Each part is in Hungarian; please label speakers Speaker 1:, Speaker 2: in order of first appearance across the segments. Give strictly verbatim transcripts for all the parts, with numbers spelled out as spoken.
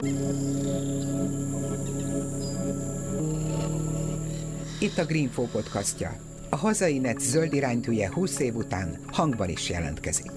Speaker 1: Itt a Greenfo podcastja. A hazai net zöld iránytűje húsz év után hangban is jelentkezik.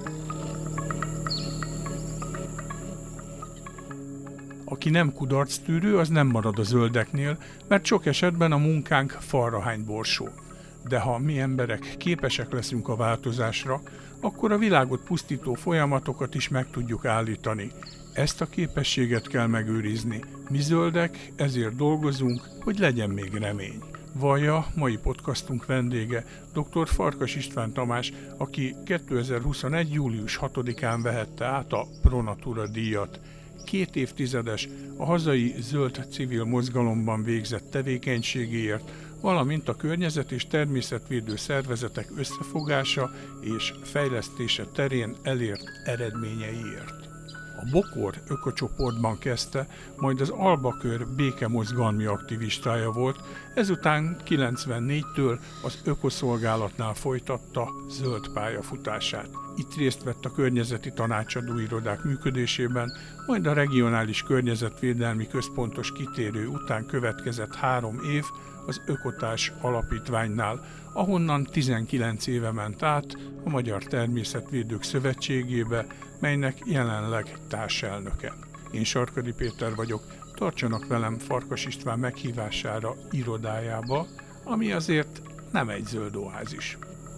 Speaker 2: Aki nem kudarctűrő, az nem marad a zöldeknél, mert sok esetben a munkánk falrahány borsó. De ha mi emberek képesek leszünk a változásra, akkor a világot pusztító folyamatokat is meg tudjuk állítani. Ezt a képességet kell megőrizni. Mi zöldek ezért dolgozunk, hogy legyen még remény. Vallja mai podcastunk vendége dr. Farkas István Tamás, aki kétezer-huszonegy. július hatodikán vehette át a Pro Natura díjat. Két évtizedes, a hazai zöld civil mozgalomban végzett tevékenységéért, valamint a környezet- és természetvédő szervezetek összefogása és fejlesztése terén elért eredményeiért. A Bokor ökocsoportban kezdte, majd az Albakör békemozgalmi aktivistája volt, ezután kilencvennégytől az ökoszolgálatnál folytatta zöld pályafutását. Itt részt vett a környezeti tanácsadó irodák működésében, majd a regionális környezetvédelmi központos kitérő után következett három év az Ökotárs Alapítványnál, ahonnan tizenkilenc éve ment át a Magyar Természetvédők Szövetségébe, melynek jelenleg társelnöke. Én Sarkadi Péter vagyok, tartsanak velem Farkas István meghívására irodájába, ami azért nem egy zöld oázis.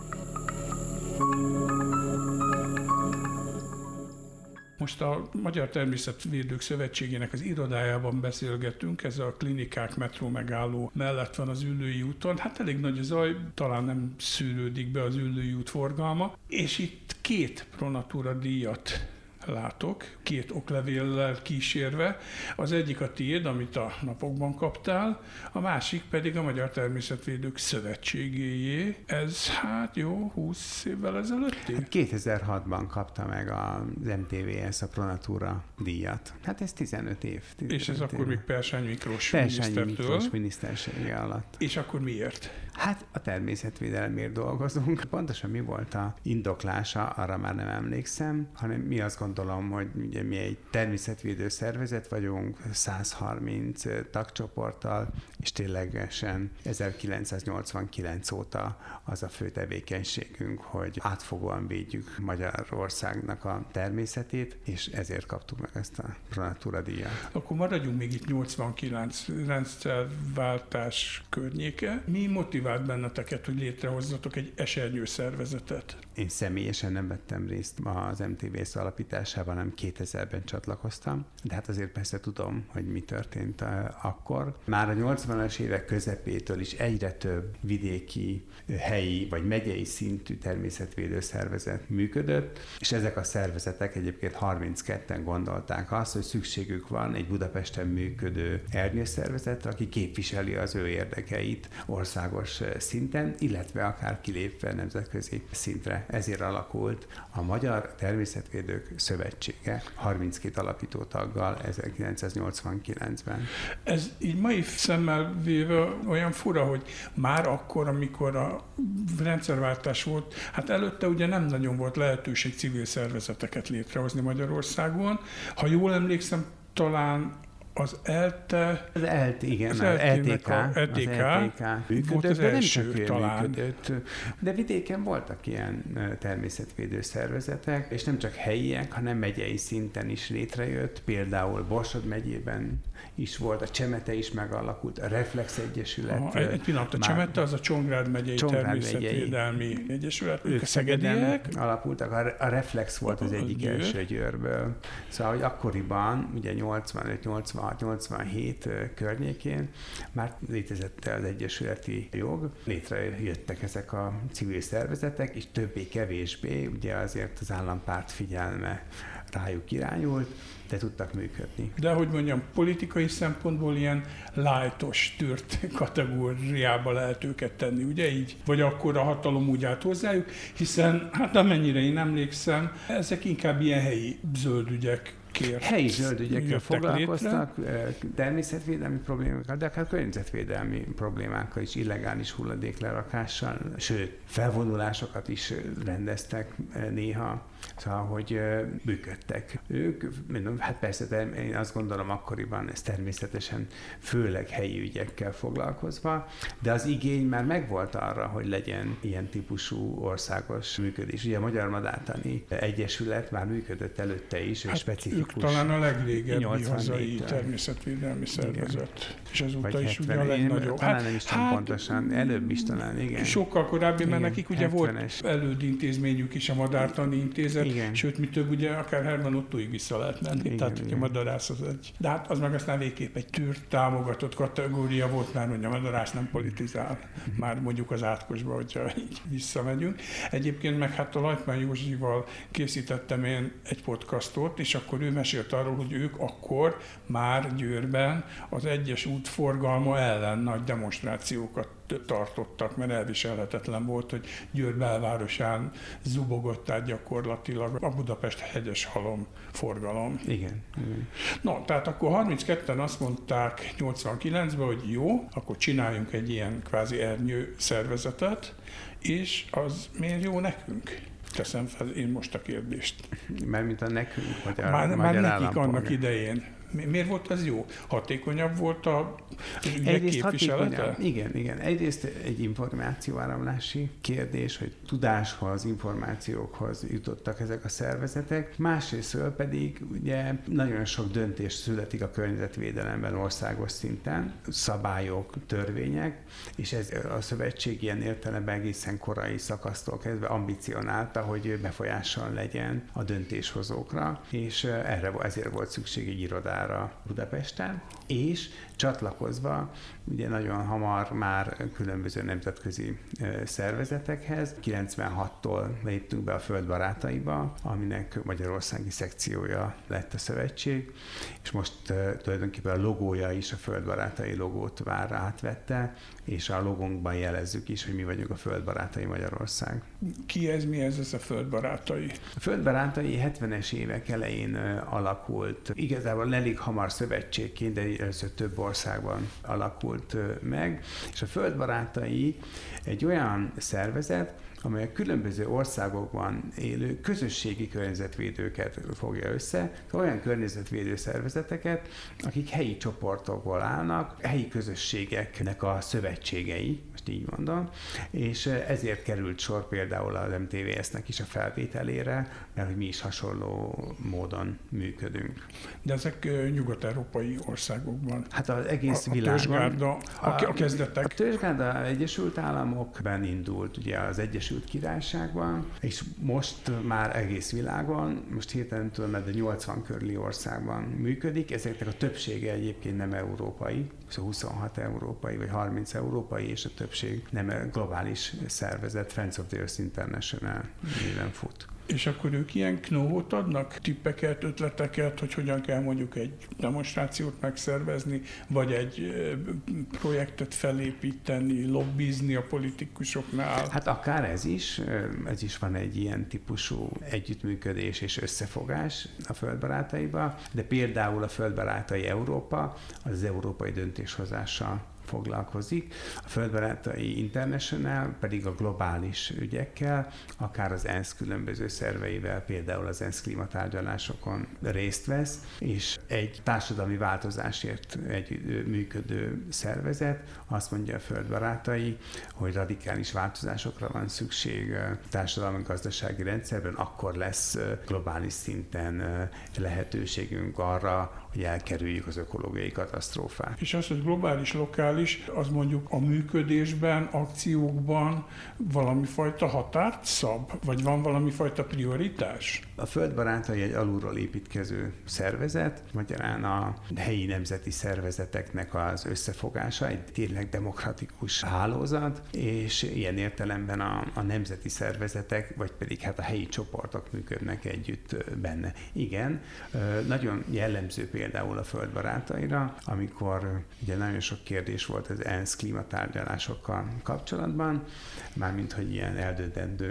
Speaker 2: Most a Magyar Természetvédők Szövetségének az irodájában beszélgetünk, ez a Klinikák metró megálló mellett van az Üllői úton. Hát elég nagy a zaj, talán nem szűrődik be az Üllői út forgalma, és itt két Pro Natura díjat látok, két oklevéllel kísérve. Az egyik a tiéd, amit a napokban kaptál, a másik pedig a Magyar Természetvédők Szövetségéjé. Ez hát jó, húsz évvel ezelőtti?
Speaker 3: Hát kétezer-hatban kapta meg az em té vé es a Pro Natura díjat. Hát ez tizenöt év. tizenöt
Speaker 2: és ez
Speaker 3: év.
Speaker 2: Akkor még Persányi Miklós
Speaker 3: Persányi
Speaker 2: minisztertől.
Speaker 3: Miklós minisztersége alatt.
Speaker 2: És akkor miért?
Speaker 3: Hát a természetvédelemért dolgozunk. Pontosan mi volt a indoklása, arra már nem emlékszem, hanem mi azt gondolom, hogy ugye mi egy természetvédő szervezet vagyunk, száz harminc tagcsoporttal, és ténylegesen ezerkilencszáznyolcvankilenc óta az a fő tevékenységünk, hogy átfogóan védjük Magyarországnak a természetét, és ezért kaptuk meg ezt a Pro Natura díjat.
Speaker 2: Akkor maradjunk még itt nyolcvankilenc rendszerváltás környéke. Mi motivált benneteket, hogy létrehozzatok egy esernyő szervezetet?
Speaker 3: Én személyesen nem vettem részt az em té vé es alapításában, hanem kétezerben csatlakoztam, de hát azért persze tudom, hogy mi történt akkor. Már a nyolcvanas évek közepétől is egyre több vidéki, helyi vagy megyei szintű természetvédő szervezet működött, és ezek a szervezetek egyébként harmincketten gondolták azt, hogy szükségük van egy Budapesten működő ernyőszervezetre, aki képviseli az ő érdekeit országos szinten, illetve akár kilépve nemzetközi szintre. Ezért alakult a Magyar Természetvédők Szövetsége harminckét alapító taggal ezerkilencszáznyolcvankilencben.
Speaker 2: Ez így mai szemmel véve olyan fura, hogy már akkor, amikor a rendszerváltás volt, hát előtte ugye nem nagyon volt lehetőség civil szervezeteket létrehozni Magyarországon. Ha jól emlékszem, talán az ELTE...
Speaker 3: Az ELTE, igen, az,
Speaker 2: az
Speaker 3: el té ká,
Speaker 2: el té ká,
Speaker 3: az el té ká működött,
Speaker 2: volt az
Speaker 3: de nem
Speaker 2: első
Speaker 3: csak
Speaker 2: talán.
Speaker 3: Működött. De vidéken voltak ilyen természetvédő szervezetek, és nem csak helyiek, hanem megyei szinten is létrejött. Például Borsod megyében is volt, a Csemete is megalakult, a Reflex Egyesület.
Speaker 2: Aha, egy pillanat, a Csemete az a Csongrád megyei Csongrád Természetvédelmi megyei Egyesület, ők a szegediek.
Speaker 3: Alapultak, a Reflex volt az egyik Győr. első Győrből. Szóval, hogy akkoriban, ugye nyolcvanöt nyolcvanhat nyolcvanhét környékén már létezett az egyesületi jog, létrejöttek ezek a civil szervezetek, és többé-kevésbé, ugye azért az állampárt figyelme rájuk irányult, de tudtak működni.
Speaker 2: De hogy mondjam, politikai szempontból ilyen lightos, tűrt kategóriába lehet őket tenni, ugye így? Vagy akkor a hatalom úgy állt hozzájuk, hiszen hát amennyire én emlékszem, ezek inkább ilyen helyi zöld ügyek kért.
Speaker 3: Helyi zöld ügyekkel foglalkoztak, létre. Természetvédelmi problémákkal, de akár környezetvédelmi problémákkal is, illegális hulladéklerakással, sőt, felvonulásokat is rendeztek néha, szóval, hogy működtek. Ők, mondom, hát persze, én azt gondolom akkoriban ez természetesen főleg helyi ügyekkel foglalkozva, de az igény már megvolt arra, hogy legyen ilyen típusú országos működés. Ugye a Magyar Madártani Egyesület már működött előtte is,
Speaker 2: hát
Speaker 3: specifikus.
Speaker 2: Ők talán a legrégebbi hazai természetvédelmi szervezet. És azóta is ugye a legnagyobb.
Speaker 3: Talán nem is tudom hát, pontosan, előbb is talán, igen.
Speaker 2: Sokkal korábbi, mert nekik ugye hetvenes volt elődintézményük is, a Madártani Intézet, igen. Sőt, mi több, ugye akár Herman Ottóig vissza lehet menni, igen, tehát ugye a madarász az egy. De hát az meg aztán végképp egy tűrt támogatott kategória volt már, hogy a madarász nem politizál, már mondjuk az átkosba, hogyha így visszamegyünk. Egyébként meg hát a Lajtmán Józsival készítettem én egy podcastot, és akkor ő mesélt arról, hogy ők akkor már Győrben az egyes út forgalma ellen nagy demonstrációkat tartottak, mert elviselhetetlen volt, hogy Győr belvárosán zubogott át gyakorlatilag a Budapest hegyes halom forgalom.
Speaker 3: Igen. igen.
Speaker 2: No, tehát akkor harmincketten azt mondták nyolcvankilencben, hogy jó, akkor csináljunk egy ilyen kvázi ernyő szervezetet, és az miért jó nekünk? Teszem fel én most a kérdést.
Speaker 3: Mármint a nekünk, vagy a
Speaker 2: már,
Speaker 3: magyar
Speaker 2: már nekik annak idején. Miért volt az jó? Hatékonyabb volt a ügyek képviselete?
Speaker 3: Igen, igen. Egyrészt egy információáramlási kérdés, hogy tudáshoz, információkhoz jutottak ezek a szervezetek. Másrésztől pedig ugye nagyon sok döntés születik a környezetvédelemben országos szinten, szabályok, törvények, és ez a szövetség ilyen értelemben egészen korai szakasztól kezdve ambicionálta, hogy befolyással legyen a döntéshozókra, és erre ezért volt szükség egy irodára Budapesten, és csatlakozva ugye nagyon hamar már különböző nemzetközi szervezetekhez. kilencvenhattól léptünk be a Földbarátaiba, aminek magyarországi szekciója lett a szövetség, és most tulajdonképpen a logója is a Földbarátai logót már átvette, és a logónkban jelezzük is, hogy mi vagyunk a Földbarátai Magyarország.
Speaker 2: Ki ez, mi ez, ez a Földbarátai?
Speaker 3: A Földbarátai hetvenes évek elején alakult. Igazából elég hamar szövetségként, de először több országban alakult meg, és a Földbarátai egy olyan szervezet, amely a különböző országokban élő közösségi környezetvédőket fogja össze, olyan környezetvédő szervezeteket, akik helyi csoportokból állnak, helyi közösségeknek a szövetségei, most így mondom, és ezért került sor például az em té vé es-nek is a felvételére, mert hogy mi is hasonló módon működünk.
Speaker 2: De ezek nyugat-európai országokban?
Speaker 3: Hát az egész
Speaker 2: a,
Speaker 3: világon.
Speaker 2: A törzsgárda, a, a kezdetek?
Speaker 3: A törzsgárda Egyesült Államokban indult, ugye az Egyesült Királyságban, és most már egész világon, most hirtelen tudom, mert a nyolcvan körüli országban működik, ezeknek a többsége egyébként nem európai, szóval huszonhat európai, vagy harminc európai, és a többség nem globális szervezet, Friends of the Earth International néven fut.
Speaker 2: És akkor ők ilyen knóhot adnak, tippeket, ötleteket, hogy hogyan kell mondjuk egy demonstrációt megszervezni, vagy egy projektet felépíteni, lobbizni a politikusoknál?
Speaker 3: Hát akár ez is, ez is van egy ilyen típusú együttműködés és összefogás a Földbarátaiba, de például a Földbarátai Európa az, az európai döntéshozással foglalkozik. A Földbarátai International pedig a globális ügyekkel, akár az ENSZ különböző szerveivel, például az ENSZ klímatárgyalásokon részt vesz, és egy társadalmi változásért egy működő szervezet azt mondja a Földbarátai, hogy radikális változásokra van szükség társadalmi-gazdasági rendszerben, akkor lesz globális szinten lehetőségünk arra, hogy elkerüljük az ökológiai katasztrófát.
Speaker 2: És az, hogy globális, lokális, az mondjuk a működésben, akciókban valami fajta határt szab? Vagy van valami fajta prioritás?
Speaker 3: A Földbarátai egy alulról építkező szervezet, magyarán a helyi nemzeti szervezeteknek az összefogása, egy tényleg demokratikus hálózat, és ilyen értelemben a, a nemzeti szervezetek, vagy pedig hát a helyi csoportok működnek együtt benne. Igen, nagyon jellemző például a Földbarátaira, amikor ugye nagyon sok kérdés volt az ENSZ klímatárgyalásokkal kapcsolatban, mármint hogy ilyen eldöntendő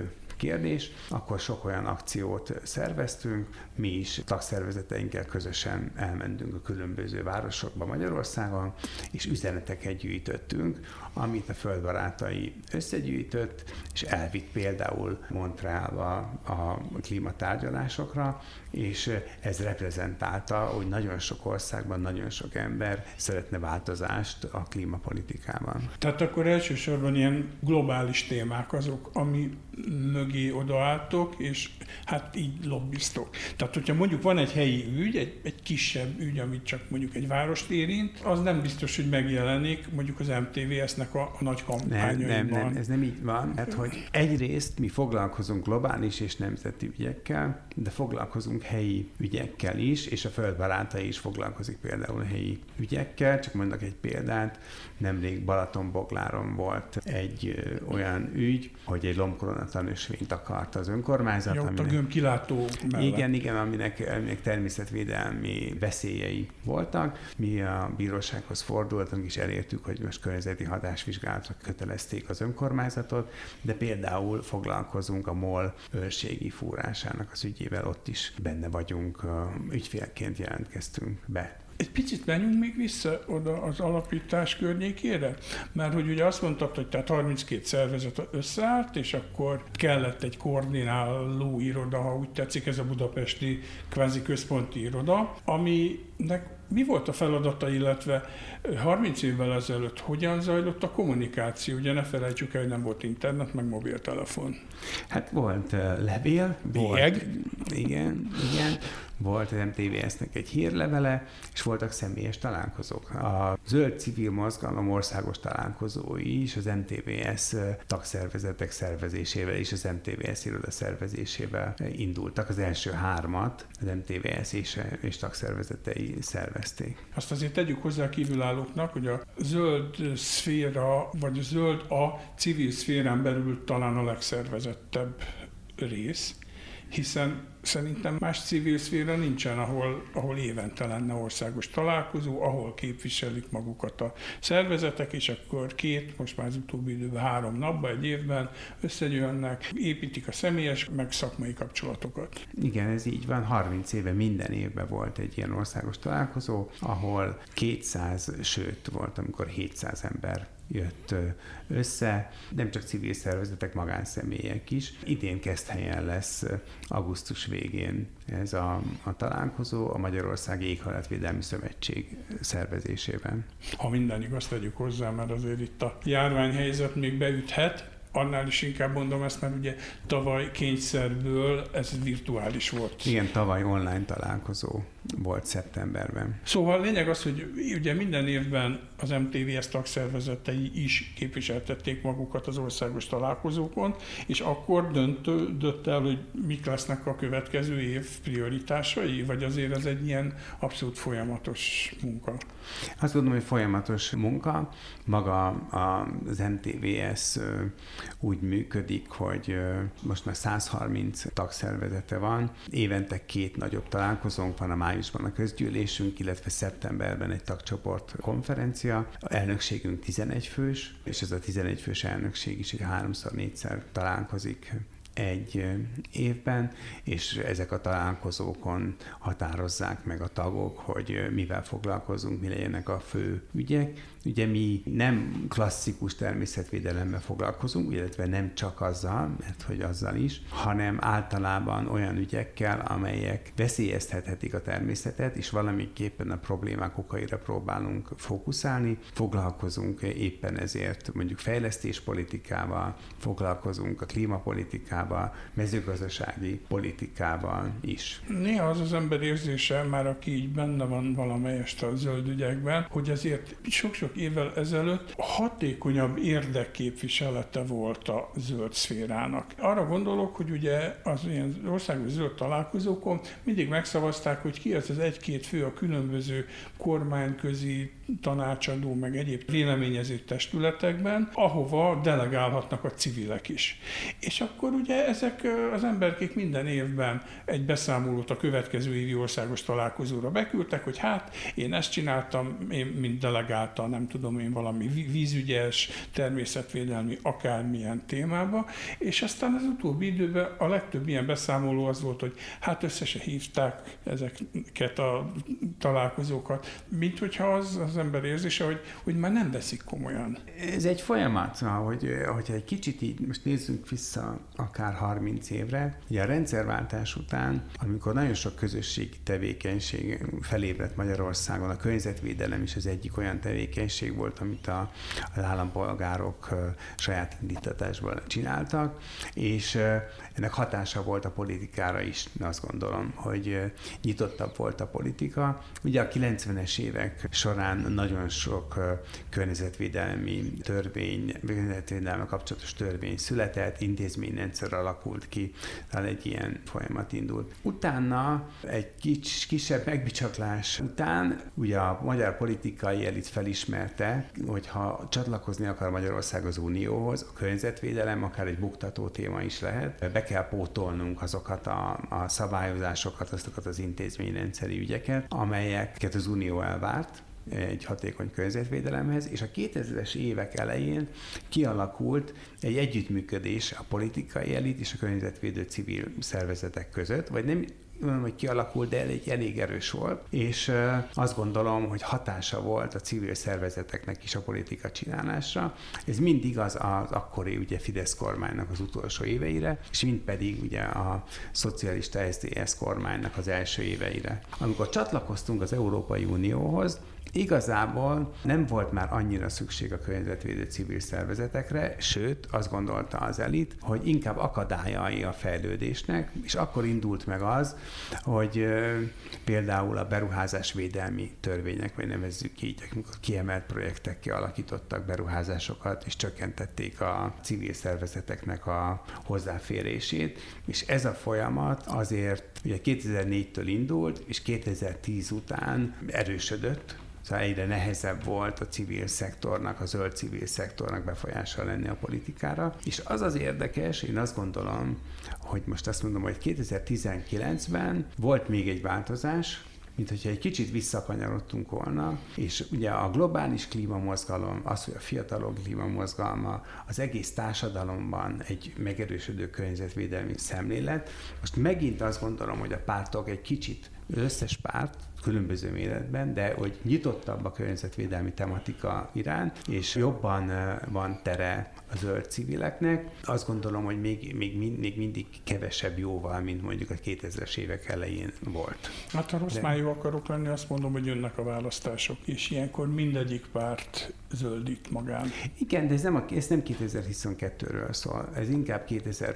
Speaker 3: kérdés, akkor sok olyan akciót szerveztünk, mi is tagszervezeteinkkel közösen elmentünk a különböző városokba Magyarországon, és üzeneteket gyűjtöttünk, amit a Földbarátai összegyűjtött, és elvitt például Montrealba a klímatárgyalásokra, és ez reprezentálta, hogy nagyon sok országban nagyon sok ember szeretne változást a klímapolitikában.
Speaker 2: Tehát akkor elsősorban ilyen globális témák azok, ami mögé odaálltok, és hát így lobbiztok. Tehát, hogyha mondjuk van egy helyi ügy, egy, egy kisebb ügy, amit csak mondjuk egy várost érint, az nem biztos, hogy megjelenik mondjuk az em té vé es-nek a, a nagy kampányaiban.
Speaker 3: Nem, nem, nem, ez nem így van. Hát, hogy egyrészt mi foglalkozunk globális és nemzeti ügyekkel, de foglalkozunk helyi ügyekkel is, és a Földbarátai is foglalkozik például helyi ügyekkel. Csak mondok egy példát, nemrég Balatonbogláron volt egy ö, olyan ügy, hogy egy lombkoronatlan ösvényt akart az önkormányzat.
Speaker 2: Ja, ott
Speaker 3: aminek,
Speaker 2: a gömbkilátó mellett.
Speaker 3: Igen, igen, aminek, aminek természetvédelmi veszélyei voltak. Mi a bírósághoz fordultunk, és elértük, hogy most környezeti hatásvizsgálatra kötelezték az önkormányzatot, de például foglalkozunk a MOL őrségi fúrásának az ügyével, ott is benne vagyunk, ügyfélként jelentkeztünk be.
Speaker 2: Egy picit menjünk még vissza oda az alapítás környékére, mert hogy ugye azt mondtad, hogy tehát harminckét szervezet összeállt, és akkor kellett egy koordináló iroda, ha úgy tetszik, ez a budapesti kvázi központi iroda, aminek mi volt a feladata, illetve harminc évvel ezelőtt hogyan zajlott a kommunikáció? Ugye ne felejtsük el, hogy nem volt internet, meg mobiltelefon.
Speaker 3: Hát volt uh, levél.
Speaker 2: Bélyeg.
Speaker 3: Volt, igen, igen. Volt az em té vé es-nek egy hírlevele, és voltak személyes találkozók. A Zöld Civil Mozgalom országos találkozói is az em té vé es tagszervezetek szervezésével és az em té vé es iroda szervezésével indultak. Az első hármat az em té vé es és, és tagszervezetei szervezték.
Speaker 2: Azt azért tegyük hozzá a kívülállóknak, hogy a zöld szféra, vagy a zöld a civil szférán belül talán a legszervezettebb rész, hiszen szerintem más civil szféra nincsen, ahol, ahol évente lenne országos találkozó, ahol képviselik magukat a szervezetek, és akkor két, most már az utóbbi időben három napban, egy évben összegyűlnek, építik a személyes, meg szakmai kapcsolatokat.
Speaker 3: Igen, ez így van. harminc éve minden évben volt egy ilyen országos találkozó, ahol kétszáz, sőt volt, amikor hétszáz ember jött össze, nem csak civil szervezetek, magánszemélyek is. Idén Keszthelyen lesz augusztus végén ez a, a találkozó a Magyarországi Éghajlatvédelmi Szövetség szervezésében.
Speaker 2: Ha minden igaz, tegyük hozzá, mert azért itt a járványhelyzet még beüthet, annál is inkább mondom ezt, mert ugye tavaly kényszerből ez virtuális volt.
Speaker 3: Igen, tavaly online találkozó volt szeptemberben.
Speaker 2: Szóval a lényeg az, hogy ugye minden évben az em té vé es tagszervezetei is képviseltették magukat az országos találkozókon, és akkor döntött el, hogy mik lesznek a következő év prioritásai, vagy azért ez egy ilyen abszolút folyamatos munka?
Speaker 3: Azt gondolom, hogy folyamatos munka. Maga az em té vé es úgy működik, hogy most már száz harminc tagszervezete van. Évente két nagyobb találkozónk van, a májusban a közgyűlésünk, illetve szeptemberben egy tagcsoport konferencia. A elnökségünk tizenegy fős, és ez a tizenegy fős elnökség is egy háromszor-négyszer találkozik egy évben, és ezek a találkozókon határozzák meg a tagok, hogy mivel foglalkozunk, mi legyenek a fő ügyek. Ugye mi nem klasszikus természetvédelemmel foglalkozunk, illetve nem csak azzal, mert hogy azzal is, hanem általában olyan ügyekkel, amelyek veszélyeztethetik a természetet, és valamiképpen a problémák okaira próbálunk fókuszálni. Foglalkozunk éppen ezért mondjuk fejlesztéspolitikával, foglalkozunk a klímapolitikával, mezőgazdasági politikával is.
Speaker 2: Néha az az ember érzése, már aki így benne van valamelyest a zöld ügyekben, hogy azért sok-sok évvel ezelőtt hatékonyabb érdekképviselete volt a zöld szférának. Arra gondolok, hogy ugye az ilyen országos zöld találkozókon mindig megszavazták, hogy ki az az egy-két fő a különböző kormányközi tanácsadó, meg egyéb véleményező testületekben, ahova delegálhatnak a civilek is. És akkor ugye ugye ezek az emberkék minden évben egy beszámolót a következő évi országos találkozóra beküldtek, hogy hát én ezt csináltam, én mint delegálta, nem tudom én, valami vízügyes, természetvédelmi, akármilyen témába, és aztán az utóbbi időben a legtöbb ilyen beszámoló az volt, hogy hát össze se hívták ezeket a találkozókat, mint hogyha az az ember érzése, hogy, hogy már nem veszik komolyan.
Speaker 3: Ez egy folyamat, hogy, hogyha egy kicsit így, most nézzünk vissza akár harminc évre, ugye a rendszerváltás után, amikor nagyon sok közösségi tevékenység felébredt Magyarországon, a környezetvédelem is az egyik olyan tevékenység volt, amit a, az állampolgárok saját indítatásban csináltak, és ennek hatása volt a politikára is, azt gondolom, hogy nyitottabb volt a politika. Ugye a kilencvenes évek során nagyon sok környezetvédelmi törvény, környezetvédelemmel kapcsolatos törvény született, intézményrendszer alakult ki, talán egy ilyen folyamat indult. Utána egy kis, kisebb megbicsaklás után ugye a magyar politikai elit felismerte, hogy ha csatlakozni akar Magyarország az Unióhoz, a környezetvédelem akár egy buktató téma is lehet, be kell pótolnunk azokat a, a szabályozásokat, azokat az intézményrendszeri ügyeket, amelyeket az Unió elvárt egy hatékony környezetvédelemhez, és a kétezres évek elején kialakult egy együttműködés a politikai elit és a környezetvédő civil szervezetek között, vagy nem mondom, hogy kialakult, de elég, elég erős volt, és azt gondolom, hogy hatása volt a civil szervezeteknek is a politika csinálásra. Ez mind igaz az akkori ugye Fidesz kormánynak az utolsó éveire, és mind pedig ugye a szocialista es zé dé es kormánynak az első éveire. Amikor csatlakoztunk az Európai Unióhoz, igazából nem volt már annyira szükség a környezetvédő civil szervezetekre, sőt, azt gondolta az elit, hogy inkább akadályai a fejlődésnek, és akkor indult meg az, hogy ö, például a beruházásvédelmi törvények, vagy nevezzük így, amikor kiemelt projektek kialakítottak beruházásokat, és csökkentették a civil szervezeteknek a hozzáférését, és ez a folyamat azért ugye kétezer-négytől indult, és kétezer-tíz után erősödött. Szóval egyre nehezebb volt a civil szektornak, a zöld civil szektornak befolyással lenni a politikára. És az az érdekes, én azt gondolom, hogy most azt mondom, hogy kétezer-tizenkilencben volt még egy változás, mint hogyha egy kicsit visszakanyarodtunk volna, és ugye a globális klímamozgalom, az, hogy a fiatalok klímamozgalma, az egész társadalomban egy megerősödő környezetvédelmi szemlélet. Most megint azt gondolom, hogy a pártok egy kicsit, az összes párt, különböző méretben, de hogy nyitottabb a környezetvédelmi tematika iránt, és jobban van tere a zöld civileknek. Azt gondolom, hogy még, még, még mindig kevesebb jóval, mint mondjuk a kétezres évek elején volt.
Speaker 2: Hát ha rossz de... már jó akarok lenni, azt mondom, hogy jönnek a választások, és ilyenkor mindegyik párt zöldít magán.
Speaker 3: Igen, de ez nem, a, ez nem kétezer-huszonkettőről szól, ez inkább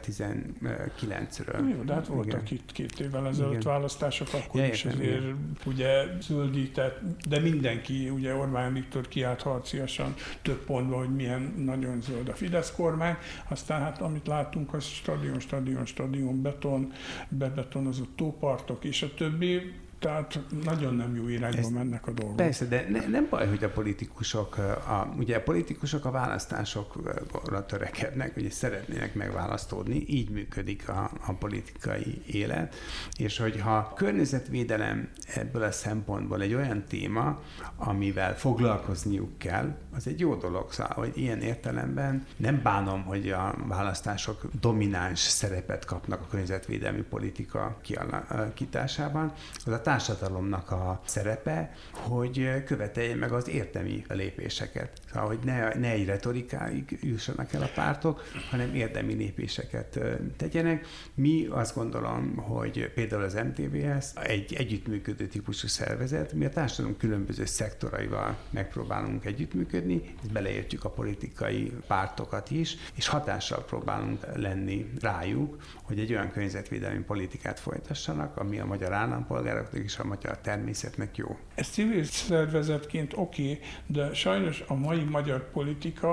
Speaker 3: kétezer-tizenkilencről.
Speaker 2: Jó, de hát voltak itt két évvel ezelőtt igen. választások, akkor
Speaker 3: ja,
Speaker 2: is azért ugye zöldített, de mindenki, ugye Orbán Viktor kiállt harciasan több pontban, hogy milyen nagyon zöld a Fidesz kormány, aztán hát amit látunk, az stadion, stadion, stadion, beton, bebetonozott tópartok és a többi. Tehát nagyon nem jó irányba Ez mennek a dolgok.
Speaker 3: Persze, de ne, nem baj, hogy a politikusok, a, ugye a politikusok a választásokra törekednek, ugye szeretnének megválasztódni, így működik a, a politikai élet, és hogyha a környezetvédelem ebből a szempontból egy olyan téma, amivel foglalkozniuk kell, az egy jó dolog, szóval, hogy ilyen értelemben nem bánom, hogy a választások domináns szerepet kapnak a környezetvédelmi politika kialakításában. Az a társadalomnak a szerepe, hogy követelje meg az érdemi lépéseket. Szóval, hogy ne, ne egy retorikáig jussanak el a pártok, hanem érdemi lépéseket tegyenek. Mi azt gondolom, hogy például az em té vé es egy együttműködő típusú szervezet, mi a társadalom különböző szektoraival megpróbálunk együttműködni, beleértjük a politikai pártokat is, és hatással próbálunk lenni rájuk, hogy egy olyan környezetvédelmi politikát folytassanak, ami a magyar állampolgárok és a magyar természetnek jó.
Speaker 2: Ez civil szervezetként oké, okay, de sajnos a mai magyar politika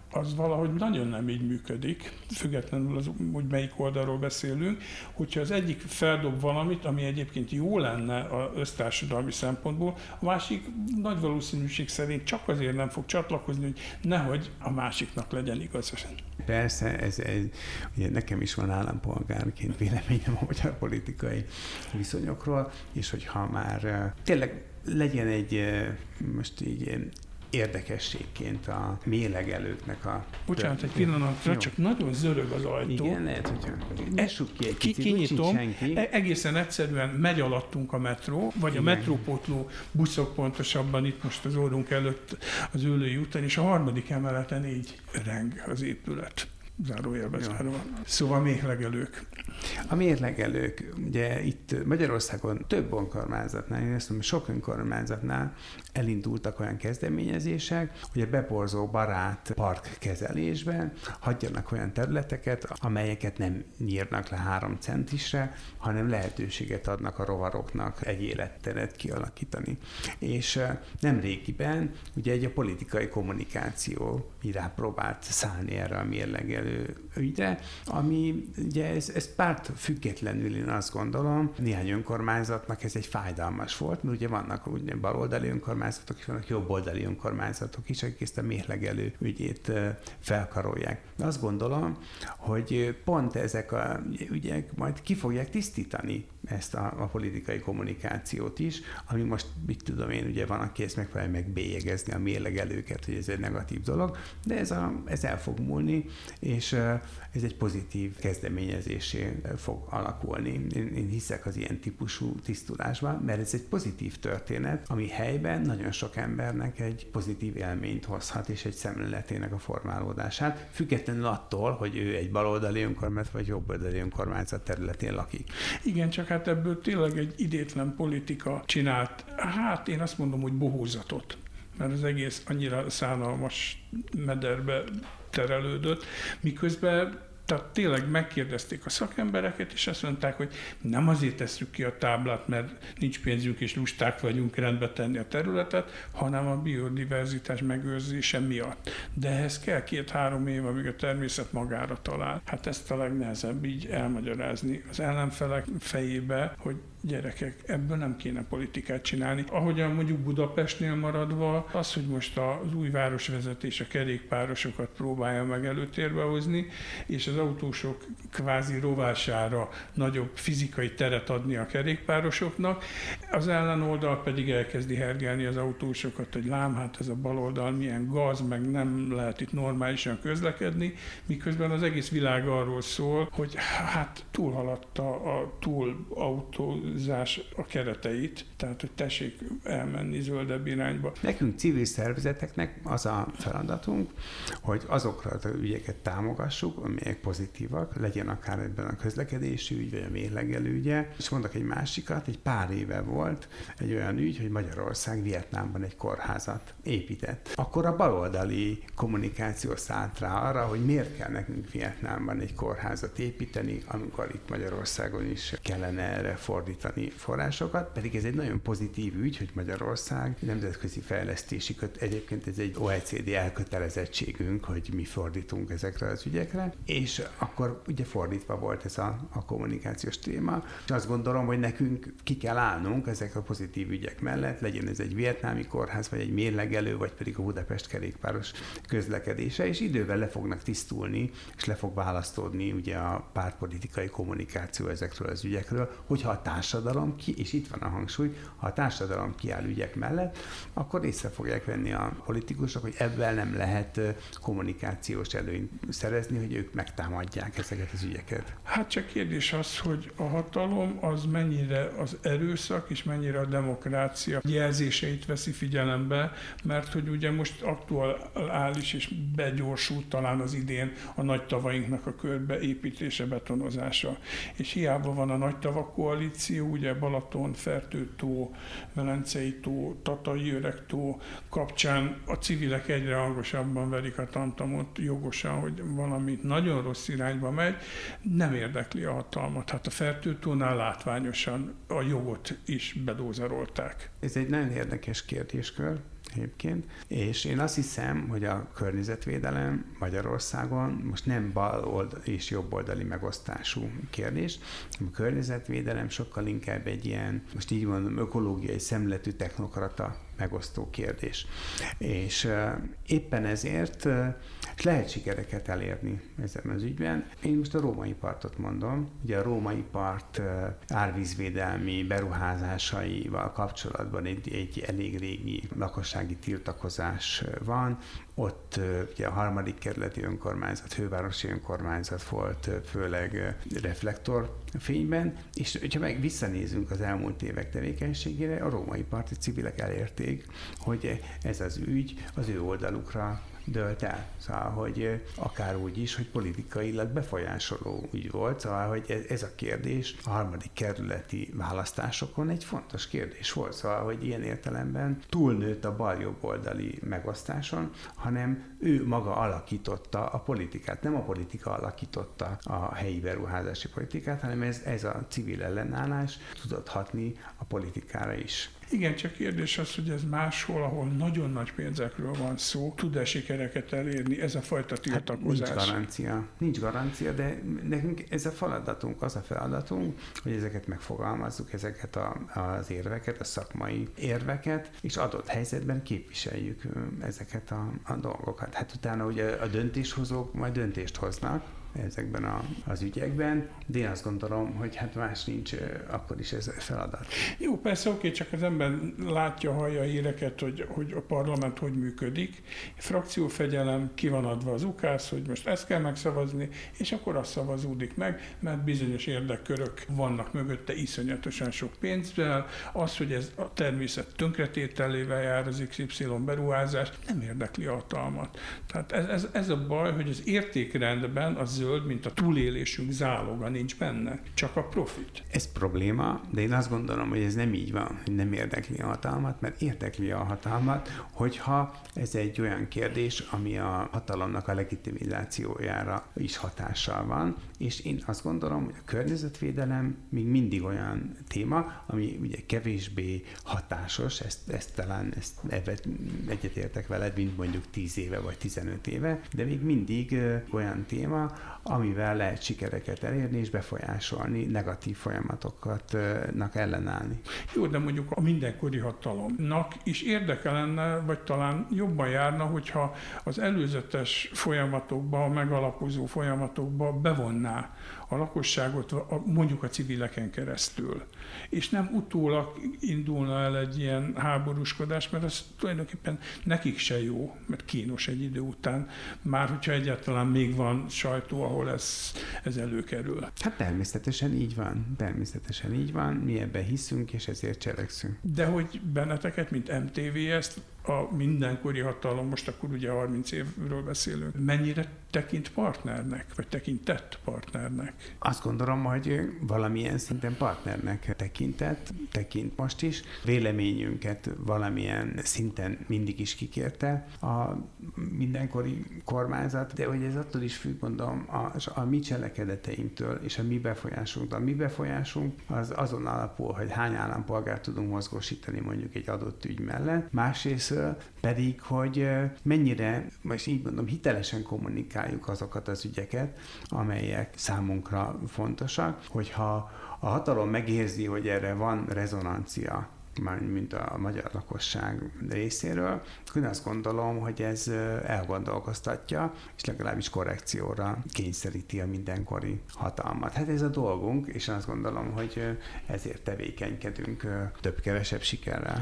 Speaker 2: az valahogy nagyon nem így működik, függetlenül az, hogy melyik oldalról beszélünk, hogyha az egyik feldob valamit, ami egyébként jó lenne az össztársadalmi szempontból, a másik nagy valószínűség szerint csak azért nem fog csatlakozni, hogy nehogy a másiknak legyen igaz.
Speaker 3: Persze, ez, ez ugye nekem is van állampolgárként véleményem a magyar politikai viszonyokról, és hogyha már tényleg legyen egy, most így érdekességként a mélegelőknek a...
Speaker 2: Bocsánat, egy pillanatra, csak nagyon zörög az ajtó.
Speaker 3: Igen, lehet, hogyha nyissuk ki egy
Speaker 2: ki,
Speaker 3: kicsit,
Speaker 2: kinyitom,
Speaker 3: senki.
Speaker 2: Egészen egyszerűen megy alattunk a metró, vagy igen. A metrópótló buszok pontosabban itt most az orrunk előtt az Őlői úton, és a harmadik emeleten így reng az épület. Zárójelbe zárva. Szóval mérlegelők.
Speaker 3: A mérlegelők, ugye itt Magyarországon több önkormányzatnál, én azt mondom, sok önkormányzatnál elindultak olyan kezdeményezések, hogy a beporzó barát parkkezelésben hagyjanak olyan területeket, amelyeket nem nyírnak le három centisre, hanem lehetőséget adnak a rovaroknak egy életteret kialakítani. És nem régiben ugye egy a politikai kommunikáció irá próbált szállni erre a mérlegelő ügyre, ami ugye ez, ez párt függetlenül, én azt gondolom, néhány önkormányzatnak ez egy fájdalmas volt, mert ugye vannak ugye baloldali önkormányzatok, és vannak jobboldali önkormányzatok is, akik ezt a mérlegelő ügyét felkarolják. De azt gondolom, hogy pont ezek a ügyek majd ki fogják tisztítani ezt a, a politikai kommunikációt is, ami most, mit tudom én, ugye van, aki ezt megpróbálja megbélyegezni a mérlegelőket, hogy ez egy negatív dolog, de ez, a, ez el fog múlni, és ez egy pozitív kezdeményezésé fog alakulni. Én, én hiszek az ilyen típusú tisztulásban, mert ez egy pozitív történet, ami helyben nagyon sok embernek egy pozitív élményt hozhat, és egy szemléletének a formálódását, függetlenül attól, hogy ő egy baloldali önkormányzat vagy jobboldali önkormányzat területén lakik.
Speaker 2: Igen, csak hát ebből tényleg egy idétlen politika csinált, hát én azt mondom, hogy bohózatot, mert az egész annyira szánalmas mederbe terelődött, miközben tehát tényleg megkérdezték a szakembereket, és azt mondták, hogy nem azért tesszük ki a táblát, mert nincs pénzünk és lusták vagyunk rendbe tenni a területet, hanem a biodiverzitás megőrzése miatt. De ehhez kell két-három év, amíg a természet magára talál. Hát ezt a legnehezebb így elmagyarázni az ellenfelek fejébe, hogy gyerekek, ebből nem kéne politikát csinálni. Ahogyan mondjuk Budapestnél maradva, az, hogy most az új városvezetés a kerékpárosokat próbálja meg előtérbe hozni, és az autósok kvázi rovására nagyobb fizikai teret adni a kerékpárosoknak, az ellenoldal pedig elkezdi hergelni az autósokat, hogy lám, hát ez a baloldal milyen gaz, meg nem lehet itt normálisan közlekedni, miközben az egész világ arról szól, hogy hát túlhaladta a túlautózás a kereteit, tehát hogy tessék elmenni zöldebb irányba.
Speaker 3: Nekünk civil szervezeteknek az a feladatunk, hogy azokra az ügyeket támogassuk, amelyek pozitívak, legyen akár ebben a közlekedési ügy, vagy a mérlegelő ügye. És mondok egy másikat, egy pár éve volt egy olyan ügy, hogy Magyarország Vietnámban egy kórházat épített. Akkor a baloldali kommunikáció szállt rá arra, hogy miért kell nekünk Vietnámban egy kórházat építeni, amikor itt Magyarországon is kellene erre fordítani forrásokat, pedig ez egy nagyon pozitív ügy, hogy Magyarország nemzetközi fejlesztési köt, egyébként ez egy o e cé dé elkötelezettségünk, hogy mi fordítunk ezekre az ügyekre, és akkor ugye fordítva volt ez a, a kommunikációs téma, és azt gondolom, hogy nekünk ki kell állnunk ezek a pozitív ügyek mellett, legyen ez egy vietnámi kórház, vagy egy mérlegelő, vagy pedig a Budapest kerékpáros közlekedése, és idővel le fognak tisztulni, és le fog választódni ugye a pártpolitikai kommunikáció ezekről az ügyekről, hogyha a társadalom ki, és itt van a hangsúly, ha a társadalom kiáll ügyek mellett, akkor észre fogják venni a politikusok, hogy ebből nem lehet kommunikációs előnyt szerezni, hogy ők megtámadják ezeket az ügyeket.
Speaker 2: Hát csak kérdés az, hogy a hatalom az mennyire az erőszak, és mennyire a demokrácia jelzéseit veszi figyelembe, mert hogy ugye most aktuális és begyorsult talán az idén a nagy tavainknak a körbeépítése, betonozása. És hiába van a nagy tavak koalíció, ugye Balaton, Fertő-tó, Velencei tó, Tatai Öreg-tó kapcsán a civilek egyre hangosabban verik a tantamot jogosan, hogy valami nagyon rossz irányba megy, nem érdekli a hatalmat. Hát a Fertő-tónál látványosan a jogot is bedózerolták.
Speaker 3: Ez egy nagyon érdekes kérdéskör, egyébként. És én azt hiszem, hogy a környezetvédelem Magyarországon most nem bal oldal és jobb oldali megosztású kérdés. A környezetvédelem sokkal inkább egy ilyen, most így mondom, ökológiai szemletű technokrata megosztó kérdés. És uh, éppen ezért uh, lehet sikereket elérni ezen az ügyben. Én most a római partot mondom. Ugye a római part uh, árvízvédelmi beruházásaival kapcsolatban egy, egy elég régi lakossági tiltakozás van. Ott uh, ugye a harmadik kerületi önkormányzat, fővárosi önkormányzat volt uh, főleg uh, reflektorfényben, és hogyha meg visszanézünk az elmúlt évek tevékenységére, a római parti civilek elérték, hogy ez az ügy az ő oldalukra dölt el. Szóval, hogy akár úgy is, hogy politikailag befolyásoló ügy volt, szóval, hogy ez a kérdés a harmadik kerületi választásokon egy fontos kérdés volt. Szóval, hogy ilyen értelemben túlnőtt a bal-jobb oldali megosztáson, hanem ő maga alakította a politikát. Nem a politika alakította a helyi beruházási politikát, hanem ez, ez a civil ellenállás tudott hatni a politikára is.
Speaker 2: Igen, csak kérdés az, hogy ez máshol, ahol nagyon nagy pénzekről van szó, tud-e sikereket elérni ez a fajta tiltakozás?
Speaker 3: Hát nincs garancia. Nincs garancia, de nekünk ez a feladatunk, az a feladatunk, hogy ezeket megfogalmazzuk, ezeket a, az érveket, a szakmai érveket, és adott helyzetben képviseljük ezeket a, a dolgokat. Hát utána ugye a döntéshozók majd döntést hoznak ezekben a, az ügyekben, de én azt gondolom, hogy hát más nincs, akkor is ez a feladat.
Speaker 2: Jó, persze, oké, csak az ember látja, hallja a híreket, hogy, hogy a parlament hogy működik. Frakciófegyelem, ki van adva az ukász, hogy most ezt kell megszavazni, és akkor azt szavazódik meg, mert bizonyos érdekkörök vannak mögötte iszonyatosan sok pénzzel. Az, hogy ez a természet tönkretételével jár az iksz ipszilon beruházás, nem érdekli a hatalmat. Tehát ez, ez, ez a baj, hogy az értékrendben az zöld, mint a túlélésünk záloga nincs benne, csak a profit.
Speaker 3: Ez probléma, de én azt gondolom, hogy ez nem így van, hogy nem érdekli a hatalmat, mert érdekli a hatalmat, hogyha ez egy olyan kérdés, ami a hatalomnak a legitimizációjára is hatással van, és én azt gondolom, hogy a környezetvédelem még mindig olyan téma, ami ugye kevésbé hatásos, ezt, ezt talán ezt egyetértek veled, mint mondjuk tíz éve vagy tizenöt éve, de még mindig olyan téma, amivel lehet sikereket elérni és befolyásolni, negatív folyamatoknak ellenállni.
Speaker 2: Jó, de mondjuk a mindenkori hatalomnak is érdeke lenne, vagy talán jobban járna, hogyha az előzetes folyamatokba, a megalapozó folyamatokba bevonná a lakosságot, mondjuk a civileken keresztül. És nem utólag indulna el egy ilyen háborúskodás, mert az tulajdonképpen nekik se jó, mert kínos egy idő után, már hogyha egyáltalán még van sajtó, ahol ez, ez előkerül.
Speaker 3: Hát természetesen így van, természetesen így van, mi ebben hiszünk, és ezért cselekszünk.
Speaker 2: De hogy benneteket, mint em té vé, ezt a mindenkori hatalom, most akkor ugye harminc évről beszélünk, mennyire tekint partnernek, vagy tekintett partnernek?
Speaker 3: Azt gondolom, hogy valamilyen szinten partnernek tekintett, tekint most is. Véleményünket valamilyen szinten mindig is kikérte a mindenkori kormányzat, de hogy ez attól is függ, mondom, a, a mi cselekedeteinktől és a mi befolyásunktól. A mi befolyásunk az azon alapul, hogy hány állampolgárt tudunk mozgósítani mondjuk egy adott ügy mellett. Másrészt pedig, hogy mennyire, most így mondom, hitelesen kommunikáljuk azokat az ügyeket, amelyek számunkra fontosak, hogyha a hatalom megérzi, hogy erre van rezonancia, mint a magyar lakosság részéről, akkor azt gondolom, hogy ez elgondolkoztatja, és legalábbis korrekcióra kényszeríti a mindenkori hatalmat. Hát ez a dolgunk, és azt gondolom, hogy ezért tevékenykedünk több-kevesebb sikerrel.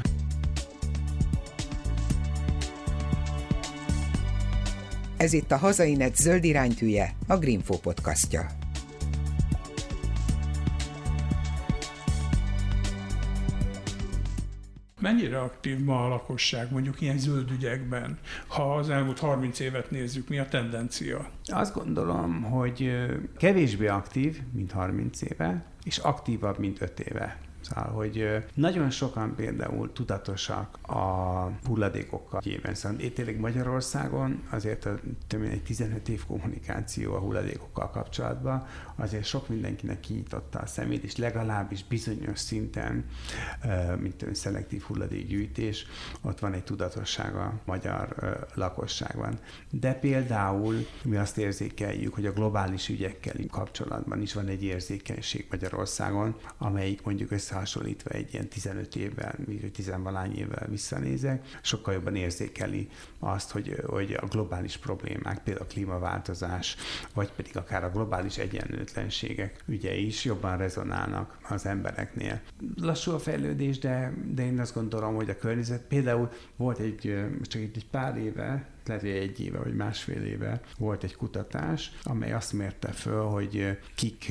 Speaker 1: Ez itt a Hazainet zöld iránytűje, a Greenfo podcastja.
Speaker 2: Mennyire aktív ma a lakosság mondjuk ilyen zöld ügyekben? Ha az elmúlt harminc évet nézzük, mi a tendencia?
Speaker 3: Azt gondolom, hogy kevésbé aktív, mint harminc éve, és aktívabb, mint öt éve. Szóval, hogy nagyon sokan például tudatosak a hulladékokkal ügyében. Szóval itt tényleg Magyarországon azért a, több mint egy tizenöt év kommunikáció a hulladékokkal kapcsolatban, azért sok mindenkinek kinyitotta a szemét, és legalábbis bizonyos szinten, mint ön szelektív hulladékgyűjtés, ott van egy tudatosság a magyar lakosságban. De például mi azt érzékeljük, hogy a globális ügyekkel kapcsolatban is van egy érzékenység Magyarországon, amelyik mondjuk összehasonlítva egy ilyen tizenöt évvel, vagy tizenvalány évvel visszanézek, sokkal jobban érzékeli azt, hogy, hogy a globális problémák, például a klímaváltozás, vagy pedig akár a globális egyenlőtlenségek ügyei is jobban rezonálnak az embereknél. Lassú a fejlődés, de, de én azt gondolom, hogy a környezet, például volt egy, csak egy pár éve, lehet, hogy egy éve vagy másfél éve volt egy kutatás, amely azt mérte föl, hogy kik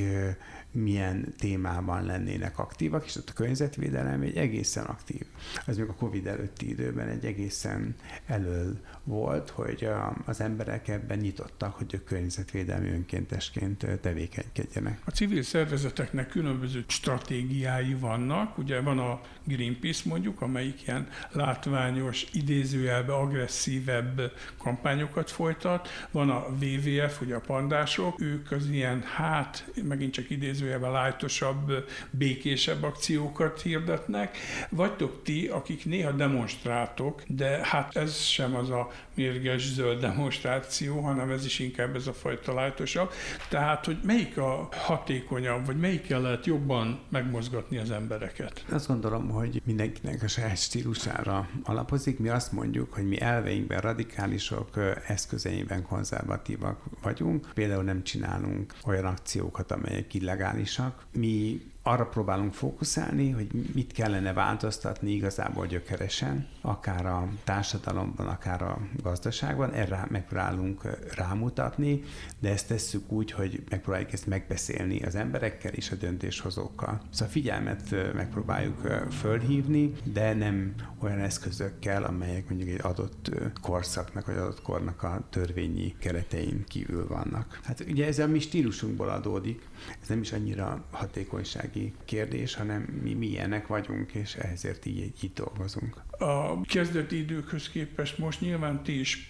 Speaker 3: milyen témában lennének aktívak, és ott a környezetvédelem egy egészen aktív. Az még a Covid előtti időben egy egészen elől volt, hogy a, az emberek ebben nyitottak, hogy a környezetvédelmi önkéntesként tevékenykedjenek.
Speaker 2: A civil szervezeteknek különböző stratégiái vannak, ugye van a Greenpeace mondjuk, amelyik ilyen látványos, idézőjelbe agresszívebb kampányokat folytat, van a dupla vé vé ef, ugye a pandások, ők az ilyen, hát megint csak idézőjelben lájtosabb, békésebb akciókat hirdetnek, vagytok ti, akik néha demonstráltok, de hát ez sem az a mérges zöld demonstráció, hanem ez is inkább ez a fajta lájtosabb. Tehát, hogy melyik a hatékonyabb, vagy melyikkel lehet jobban megmozgatni az embereket?
Speaker 3: Azt gondolom, hogy mindenkinek a saját stílusára alapozik. Mi azt mondjuk, hogy mi elveinkben radikálisok, eszközeinkben konzervatívak vagyunk. Például nem csinálunk olyan akciókat, amelyek illegálisak. Mi arra próbálunk fókuszálni, hogy mit kellene változtatni igazából gyökeresen, akár a társadalomban, akár a gazdaságban. Erre megpróbálunk rámutatni, de ezt tesszük úgy, hogy megpróbáljuk ezt megbeszélni az emberekkel és a döntéshozókkal. Szóval figyelmet megpróbáljuk fölhívni, de nem olyan eszközökkel, amelyek mondjuk egy adott korszaknak, vagy adott kornak a törvényi keretein kívül vannak. Hát ugye ez a mi stílusunkból adódik, ez nem is annyira hatékonysági kérdés, hanem mi milyenek vagyunk, és ezért így, így dolgozunk.
Speaker 2: A kezdeti időkhöz képest most nyilván ti is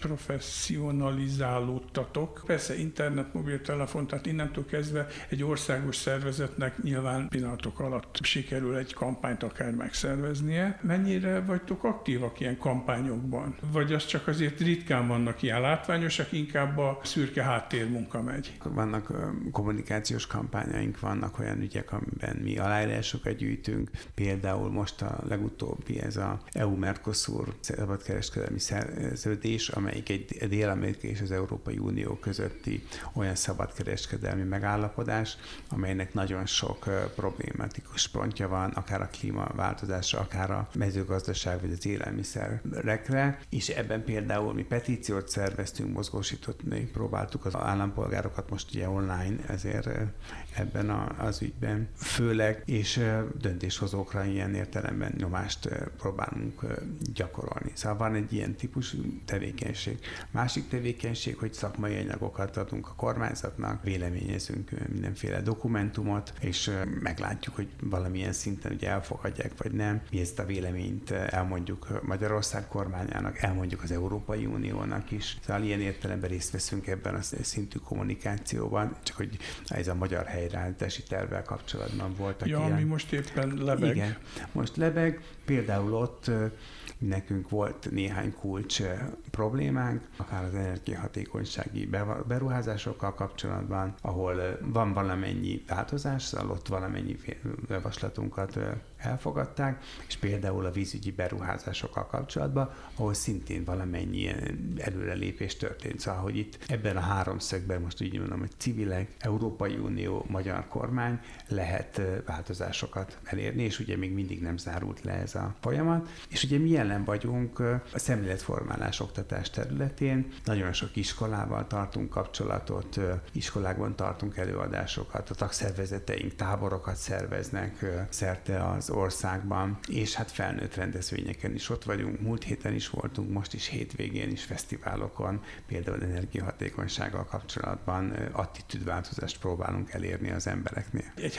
Speaker 2: professzionalizálódtatok. Persze internet, mobiltelefon, tehát innentől kezdve egy országos szervezetnek nyilván pillanatok alatt sikerül egy kampányt akár megszerveznie. Mennyire vagytok aktívak ilyen kampányokban? Vagy az csak azért ritkán vannak ilyen látványosak, inkább a szürke háttérmunka megy?
Speaker 3: Vannak kommunikációs kampányaink, vannak olyan ügyek, amiben mi aláírásokat gyűjtünk. Például most a legutóbbi ez a é u-Mercosur szabadkereskedelmi szerződés, amelyik egy Dél-Amerika és az Európai Unió közötti olyan szabadkereskedelmi megállapodás, amelynek nagyon sok problématikus pontja van, akár a klímaváltozásra, akár a mezőgazdaság vagy az élelmiszerekre, és ebben például mi petíciót szerveztünk, mozgósítani próbáltuk az állampolgárokat most ugye online, ezért ebben a, az ügyben főleg, és döntéshozókra ilyen értelemben nyomást próbálunk gyakorolni. Szóval van egy ilyen típusú tevékenység. Másik tevékenység, hogy szakmai anyagokat adunk a kormányzatnak, véleményezünk mindenféle dokumentumot, és meglátjuk, hogy valamilyen szinten ugye elfogadják, vagy nem. Mi ezt a véleményt elmondjuk Magyarország kormányának, elmondjuk az Európai Uniónak is. Szóval ilyen értelemben részt veszünk ebben a szintű kommunikációban, csak hogy ez a magyar helyreállítási tervvel kapcsolatban voltak
Speaker 2: ja,
Speaker 3: ilyen.
Speaker 2: ami most éppen lebeg.
Speaker 3: Igen, most lebeg. Például ott nekünk volt néhány kulcs problémánk, akár az energiahatékonysági beruházásokkal kapcsolatban, ahol van valamennyi változás, szóval ott valamennyi javaslatunkat elfogadták, és például a vízügyi beruházásokkal kapcsolatban, ahol szintén valamennyi előrelépés történt. Szóval, hogy itt ebben a háromszögben, most úgy mondom, hogy civilek, Európai Unió, magyar kormány lehet változásokat elérni, és ugye még mindig nem zárult le ez a folyamat. És ugye mi jelen vagyunk a szemléletformálás oktatás területén, nagyon sok iskolával tartunk kapcsolatot, iskolákban tartunk előadásokat, a tagszervezeteink táborokat szerveznek szerte az országban, és hát felnőtt rendezvényeken is ott vagyunk, múlt héten is voltunk, most is hétvégén is fesztiválokon, például energiahatékonysággal kapcsolatban attitűdváltozást próbálunk elérni az embereknél.
Speaker 2: Egy háromszöget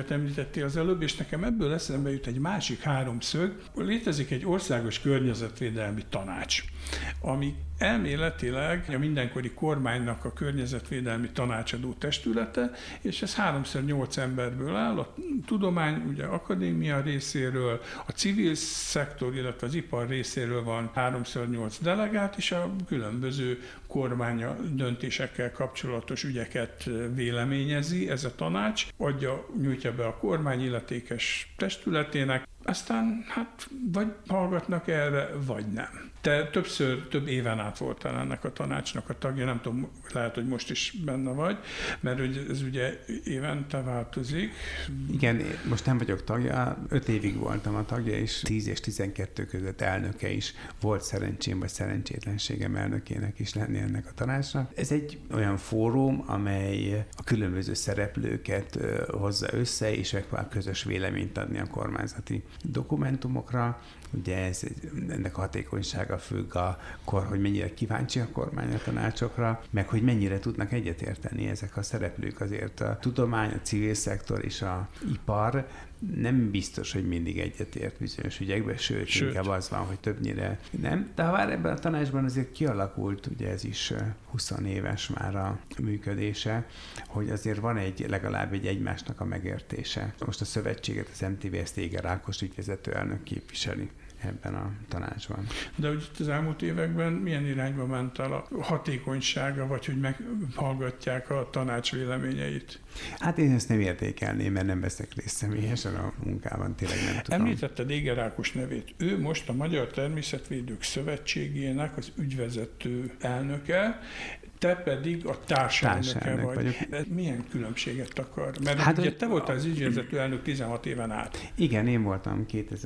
Speaker 2: háromszöget említettél az előbb, és nekem ebből eszembe jut egy másik háromszög. Létezik egy országos környezetvédelmi tanács, ami elméletileg a mindenkori kormánynak a környezetvédelmi tanácsadó testülete, és ez háromszor nyolc emberből áll, a tudomány, ugye akadémia részéről, a civil szektor, illetve az ipar részéről van háromszor nyolc delegát, és a különböző kormánya döntésekkel kapcsolatos ügyeket véleményezi ez a tanács, adja, nyújtja be a kormány illetékes testületének, aztán hát vagy hallgatnak erre, vagy nem. Te többször, több éven át voltál ennek a tanácsnak a tagja, nem tudom, lehet, hogy most is benne vagy, mert ez ugye évente változik.
Speaker 3: Igen, most nem vagyok tagja, öt évig voltam a tagja, és tíz és tizenkettő között elnöke is. Volt szerencsém, vagy szerencsétlenségem elnökének is lenni ennek a tanácsnak. Ez egy olyan fórum, amely a különböző szereplőket hozza össze, és megpróbál közös véleményt adni a kormányzati dokumentumokra. Ugye ez, ennek a hatékonysága függ akkor, hogy mennyire kíváncsi a kormány a tanácsokra, meg hogy mennyire tudnak egyetérteni ezek a szereplők. Azért a tudomány, a civil szektor és a ipar nem biztos, hogy mindig egyetért bizonyos ügyekben, sőt, sőt, inkább az van, hogy többnyire nem. De ha már ebben a tanácsban azért kialakult, ugye ez is húsz éves már a működése, hogy azért van egy legalább egy egymásnak a megértése. Most a szövetséget, az em té vé ezt Éger Ákos ügyvezető elnök képviseli ebben a tanácsban.
Speaker 2: De hogy az elmúlt években milyen irányba ment el a hatékonysága, vagy hogy meghallgatják a tanács véleményeit?
Speaker 3: Hát én ezt nem értékelném, mert nem veszek részt személyesen a munkában, tényleg nem tudom.
Speaker 2: Említetted Éger Ákos nevét. Ő most a Magyar Természetvédők Szövetségének az ügyvezető elnöke, te pedig a társelnöke vagy. Vagyok. Milyen különbséget akar? Mert hát, ugye te voltál az ügyvezető elnök tizenhat éven át.
Speaker 3: Igen, én voltam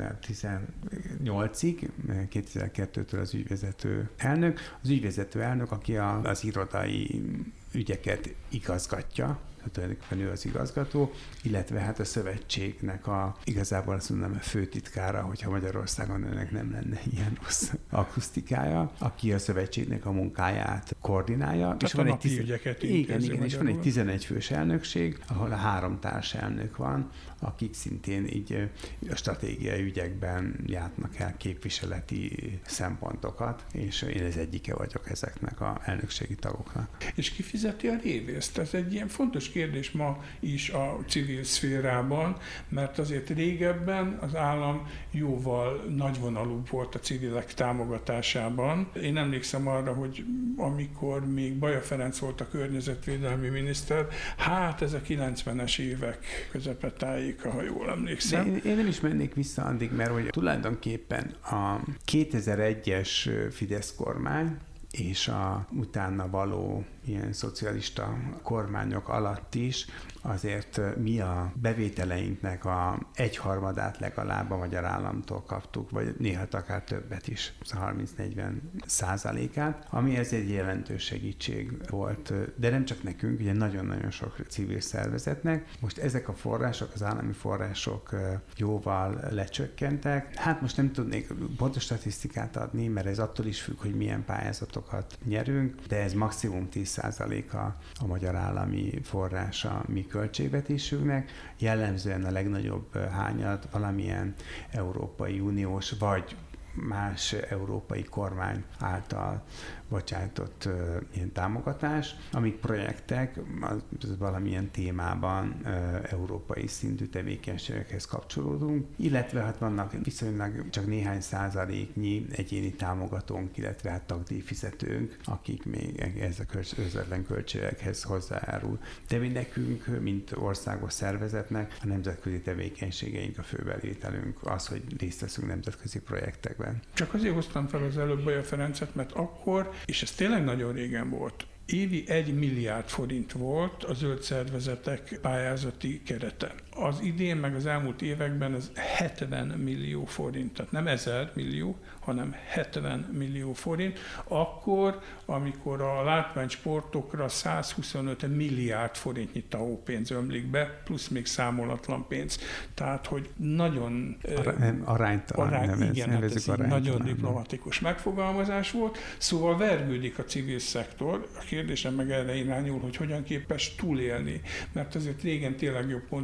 Speaker 3: kétezer-tizennyolcig, kétezer-kettőtől az ügyvezető elnök. Az ügyvezető elnök, aki a, az irodai ügyeket igazgatja, tulajdonképpen ő az igazgató, illetve hát a szövetségnek a igazából azt mondom a főtitkára, hogyha Magyarországon ennek nem lenne ilyen rossz akusztikája, aki a szövetségnek a munkáját koordinálja.
Speaker 2: Tehát
Speaker 3: és
Speaker 2: a
Speaker 3: van
Speaker 2: napi
Speaker 3: egy tiz...
Speaker 2: ügyeket
Speaker 3: igen, igen, és van egy tizenegy fős elnökség, ahol a három társelnök van, akik szintén így a stratégiai ügyekben játnak el képviseleti szempontokat, és én az egyike vagyok ezeknek a elnökségi tagoknak.
Speaker 2: És ki fizeti a révészt? Ez egy ilyen fontos kérdés ma is a civil szférában, mert azért régebben az állam jóval nagyvonalúbb volt a civilek támogatásában. Én emlékszem arra, hogy amikor még Baja Ferenc volt a környezetvédelmi miniszter, hát ez a kilencvenes évek közepetáig, ha jól emlékszem.
Speaker 3: De én, én nem is mennék vissza addig, mert hogy tulajdonképpen a kétezer-egyes Fidesz kormány és a utána való ilyen szocialista kormányok alatt is azért mi a bevételeinknek a egyharmadát legalább a magyar államtól kaptuk, vagy néha akár többet is, harminc-negyven százalékát, ami ez egy jelentős segítség volt, de nem csak nekünk, ugye nagyon-nagyon sok civil szervezetnek. Most ezek a források, az állami források jóval lecsökkentek. Hát most nem tudnék pontos statisztikát adni, mert ez attól is függ, hogy milyen pályázatokat nyerünk, de ez maximum tíz százaléka a magyar állami forrása mi költségvetésünknek. Jellemzően a legnagyobb hányad valamilyen Európai Uniós vagy más európai kormány által bocsájtott uh, ilyen támogatás, amik projektek az, az valamilyen témában uh, európai szintű tevékenységekhez kapcsolódunk, illetve hát vannak viszonylag csak néhány százaléknyi egyéni támogatónk, illetve hát tagdíjfizetőnk, akik még ez a közvetlen költségekhez hozzájárul. De mi nekünk, mint országos szervezetnek, a nemzetközi tevékenységeink a főbevételünk az, hogy részt veszünk nemzetközi projektekben.
Speaker 2: Csak azért hoztam fel az előbb Baja Ferencet, mert akkor, és ez tényleg nagyon régen volt, évi egy milliárd forint volt a zöld szervezetek pályázati kerete. Az idén, meg az elmúlt években ez hetven millió forint, tehát nem ezer millió, hanem hetven millió forint. Akkor, amikor a látványsportokra százhuszonöt milliárd forintnyi té á o pénz ömlik be, plusz még számolatlan pénz. Tehát, hogy nagyon...
Speaker 3: Aránytalan.
Speaker 2: Arány,
Speaker 3: nevez,
Speaker 2: igen, hát ez egy nagyon diplomatikus megfogalmazás volt. Szóval vergődik a civil szektor. A kérdésem meg erre irányul, hogy hogyan képes túlélni, mert azért régen tényleg jobb kondíció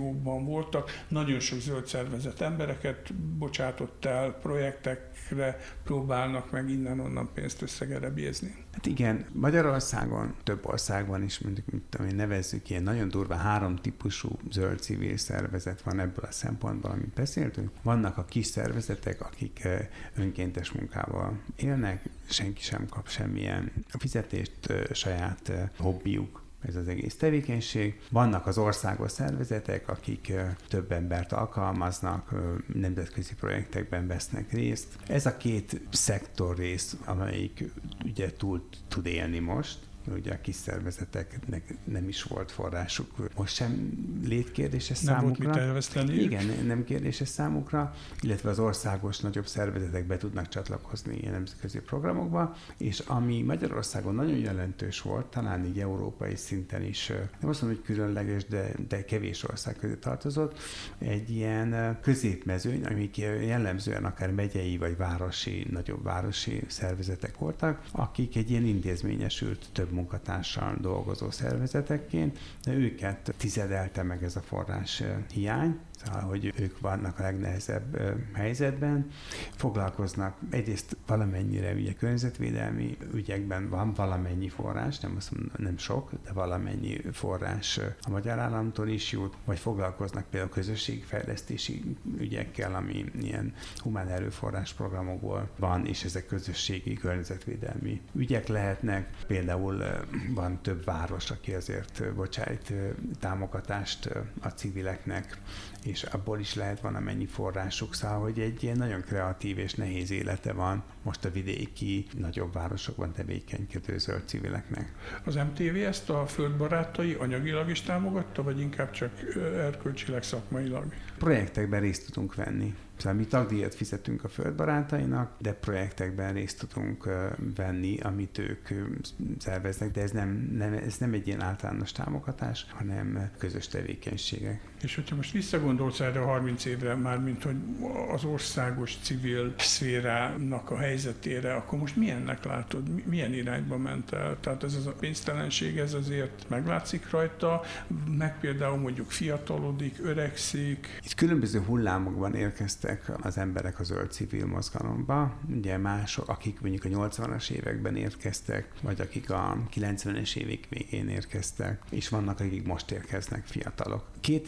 Speaker 2: akciókban voltak, nagyon sok zöld szervezet embereket bocsátott el, projektekre próbálnak meg innen-onnan pénzt összegerebézni.
Speaker 3: Hát igen, Magyarországon, több országban is, mondjuk, mint tudom én, nevezzük ilyen nagyon durva három típusú zöld civil szervezet van ebből a szempontból, amit beszéltünk. Vannak a kis szervezetek, akik önkéntes munkával élnek, senki sem kap semmilyen fizetést, saját hobbiuk ez az egész tevékenység. Vannak az országos szervezetek, akik több embert alkalmaznak, nemzetközi projektekben vesznek részt. Ez a két szektorrész, amelyik ugye túl tud élni most. Ugye a kis szervezeteknek nem is volt forrásuk. Most sem létkérdéses
Speaker 2: nem
Speaker 3: számukra.
Speaker 2: Nem volt mit elveszteni.
Speaker 3: Igen, nem kérdéses számukra, illetve az országos nagyobb szervezetek be tudnak csatlakozni ilyen nemzetközi programokba, és ami Magyarországon nagyon jelentős volt, talán így európai szinten is, nem azt mondom, hogy különleges, de, de kevés ország közé tartozott, egy ilyen középmezőny, amik jellemzően akár megyei vagy városi, nagyobb városi szervezetek voltak, akik egy ilyen intézményesült több munkatársal dolgozó szervezetekként, de őket tizedelte meg ez a forrás hiány, szóval, hogy ők vannak a legnehezebb helyzetben, foglalkoznak egyrészt valamennyire ugye környezetvédelmi ügyekben van valamennyi forrás, nem azt mondom, nem sok, de valamennyi forrás a magyar államtól is jut, vagy foglalkoznak például közösségfejlesztési ügyekkel, ami ilyen humán erőforrás programokból van, és ezek közösségi környezetvédelmi ügyek lehetnek. Például van több város, aki azért bocsájt támogatást a civileknek, és abból is lehet valamennyi forrásuk, szóval, hogy egy ilyen nagyon kreatív és nehéz élete van most a vidéki, nagyobb városokban tevékenykedő zöld civileknek.
Speaker 2: Az em té vé ezt a földbarátai anyagilag is támogatta, vagy inkább csak erkölcsileg, szakmailag?
Speaker 3: Projektekben részt tudunk venni. Szóval mi tagdíjat fizetünk a földbarátainak, de projektekben részt tudunk venni, amit ők szerveznek, de ez nem, nem, ez nem egy ilyen általános támogatás, hanem közös tevékenységek.
Speaker 2: És hogyha most visszagondolsz erre a harminc évre, már mint hogy az országos civil szférának a helyzetére, akkor most milyennek látod, milyen irányba ment el? Tehát ez az a pénztelenség, ez azért meglátszik rajta, meg például mondjuk fiatalodik, öregszik.
Speaker 3: Itt különböző hullámokban érkeztek az emberek a zöld civil mozgalomba. Ugye mások, akik mondjuk a nyolcvanas években érkeztek, vagy akik a kilencvenes évek végén érkeztek, és vannak, akik most érkeznek fiatalok.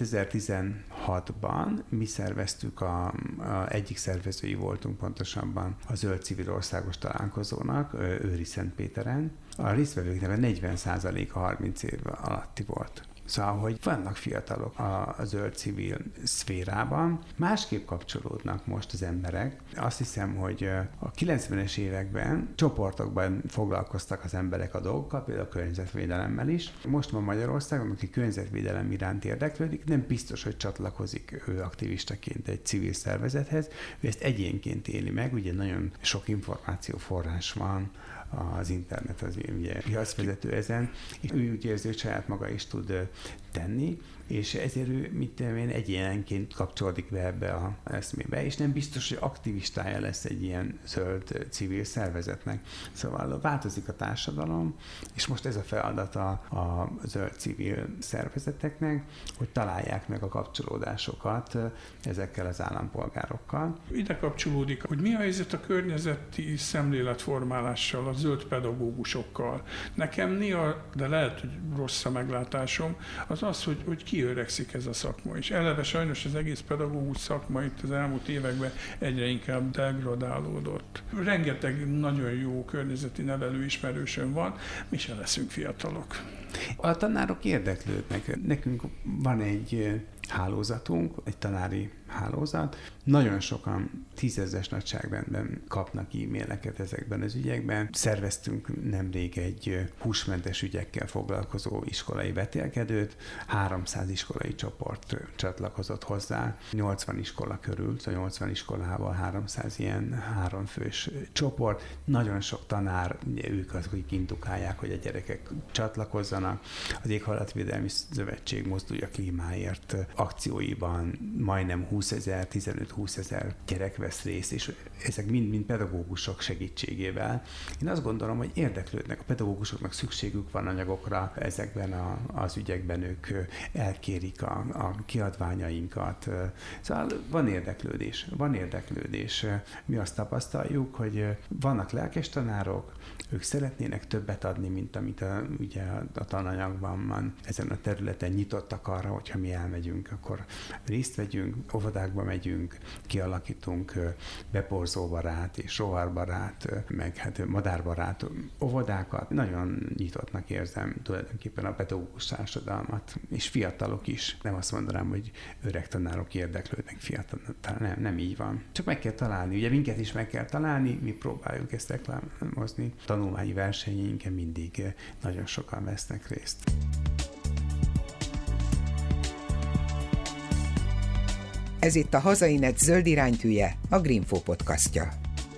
Speaker 3: kétezer-tizenhatban mi szerveztük, a, a egyik szervezői voltunk pontosabban a Zöld Civil Országos Találkozónak, Őriszentpéteren. A résztvevőknek negyven százaléka harminc év alatti volt. Szóval, hogy vannak fiatalok a, a zöld civil szférában, másképp kapcsolódnak most az emberek. Azt hiszem, hogy a kilencvenes években csoportokban foglalkoztak az emberek a dolgokkal, például a környezetvédelemmel is. Most van Magyarországon, aki környezetvédelem iránt érdeklődik, nem biztos, hogy csatlakozik ő aktivistaként egy civil szervezethez, ő ezt egyénként éli meg, ugye nagyon sok információforrás van, az internet az ugye piacvezető ezen, és ő úgy érzi, hogy saját maga is tud tenni, és ezért ő mit én egyénenként kapcsolódik be ebbe a eszmébe, és nem biztos, hogy aktivistája lesz egy ilyen zöld civil szervezetnek. Szóval változik a társadalom, és most ez a feladata a zöld civil szervezeteknek, hogy találják meg a kapcsolódásokat ezekkel az állampolgárokkal.
Speaker 2: Ide kapcsolódik, hogy mi a helyzet a környezeti szemléletformálással, a zöld pedagógusokkal. Nekem néha, de lehet, hogy rossz a meglátásom, az az, hogy, hogy kiöregszik ez a szakma. És eleve sajnos az egész pedagógus szakma itt az elmúlt években egyre inkább degradálódott. Rengeteg nagyon jó környezeti nevelő ismerősön van, mi se leszünk fiatalok.
Speaker 3: A tanárok érdeklődnek. Nekünk van egy hálózatunk, egy tanári hálózat. Nagyon sokan tízezres nagyságrendben kapnak e-maileket ezekben az ügyekben. Szerveztünk nemrég egy húsmentes ügyekkel foglalkozó iskolai vetélkedőt. háromszáz iskolai csoport csatlakozott hozzá. nyolcvan iskola körül, szóval nyolcvan iskolával háromszáz ilyen háromfős csoport. Nagyon sok tanár, ugye ők azok, akik indukálják, hogy a gyerekek csatlakozzanak. Az Éghajlatvédelmi Szövetség Mozdulj a klímáért akcióiban majdnem húszezer, tizenöt-húszezer gyerek vesz részt, és ezek mind-mind pedagógusok segítségével. Én azt gondolom, hogy érdeklődnek, a pedagógusoknak szükségük van anyagokra, ezekben a, az ügyekben ők elkérik a, a kiadványainkat. Szóval van érdeklődés, van érdeklődés. Mi azt tapasztaljuk, hogy vannak lelkes tanárok, ők szeretnének többet adni, mint amit a, ugye a tananyagban van. Ezen a területen nyitottak arra, hogyha mi elmegyünk, akkor részt vegyünk, óvodákba megyünk, kialakítunk beporzóbarát és rovarbarát, meg hát madárbarát óvodákat. Nagyon nyitottnak érzem tulajdonképpen a pedagógus társadalmat, és fiatalok is. Nem azt mondanám, hogy öreg tanárok érdeklődnek fiatal, nem, nem így van. Csak meg kell találni, ugye minket is meg kell találni, mi próbáljuk ezt reklámozni. Tanulmányi versenyeinken mindig nagyon sokan vesznek részt.
Speaker 1: Ez itt a Hazainet zöld iránytűje, a Greenfo podcastja.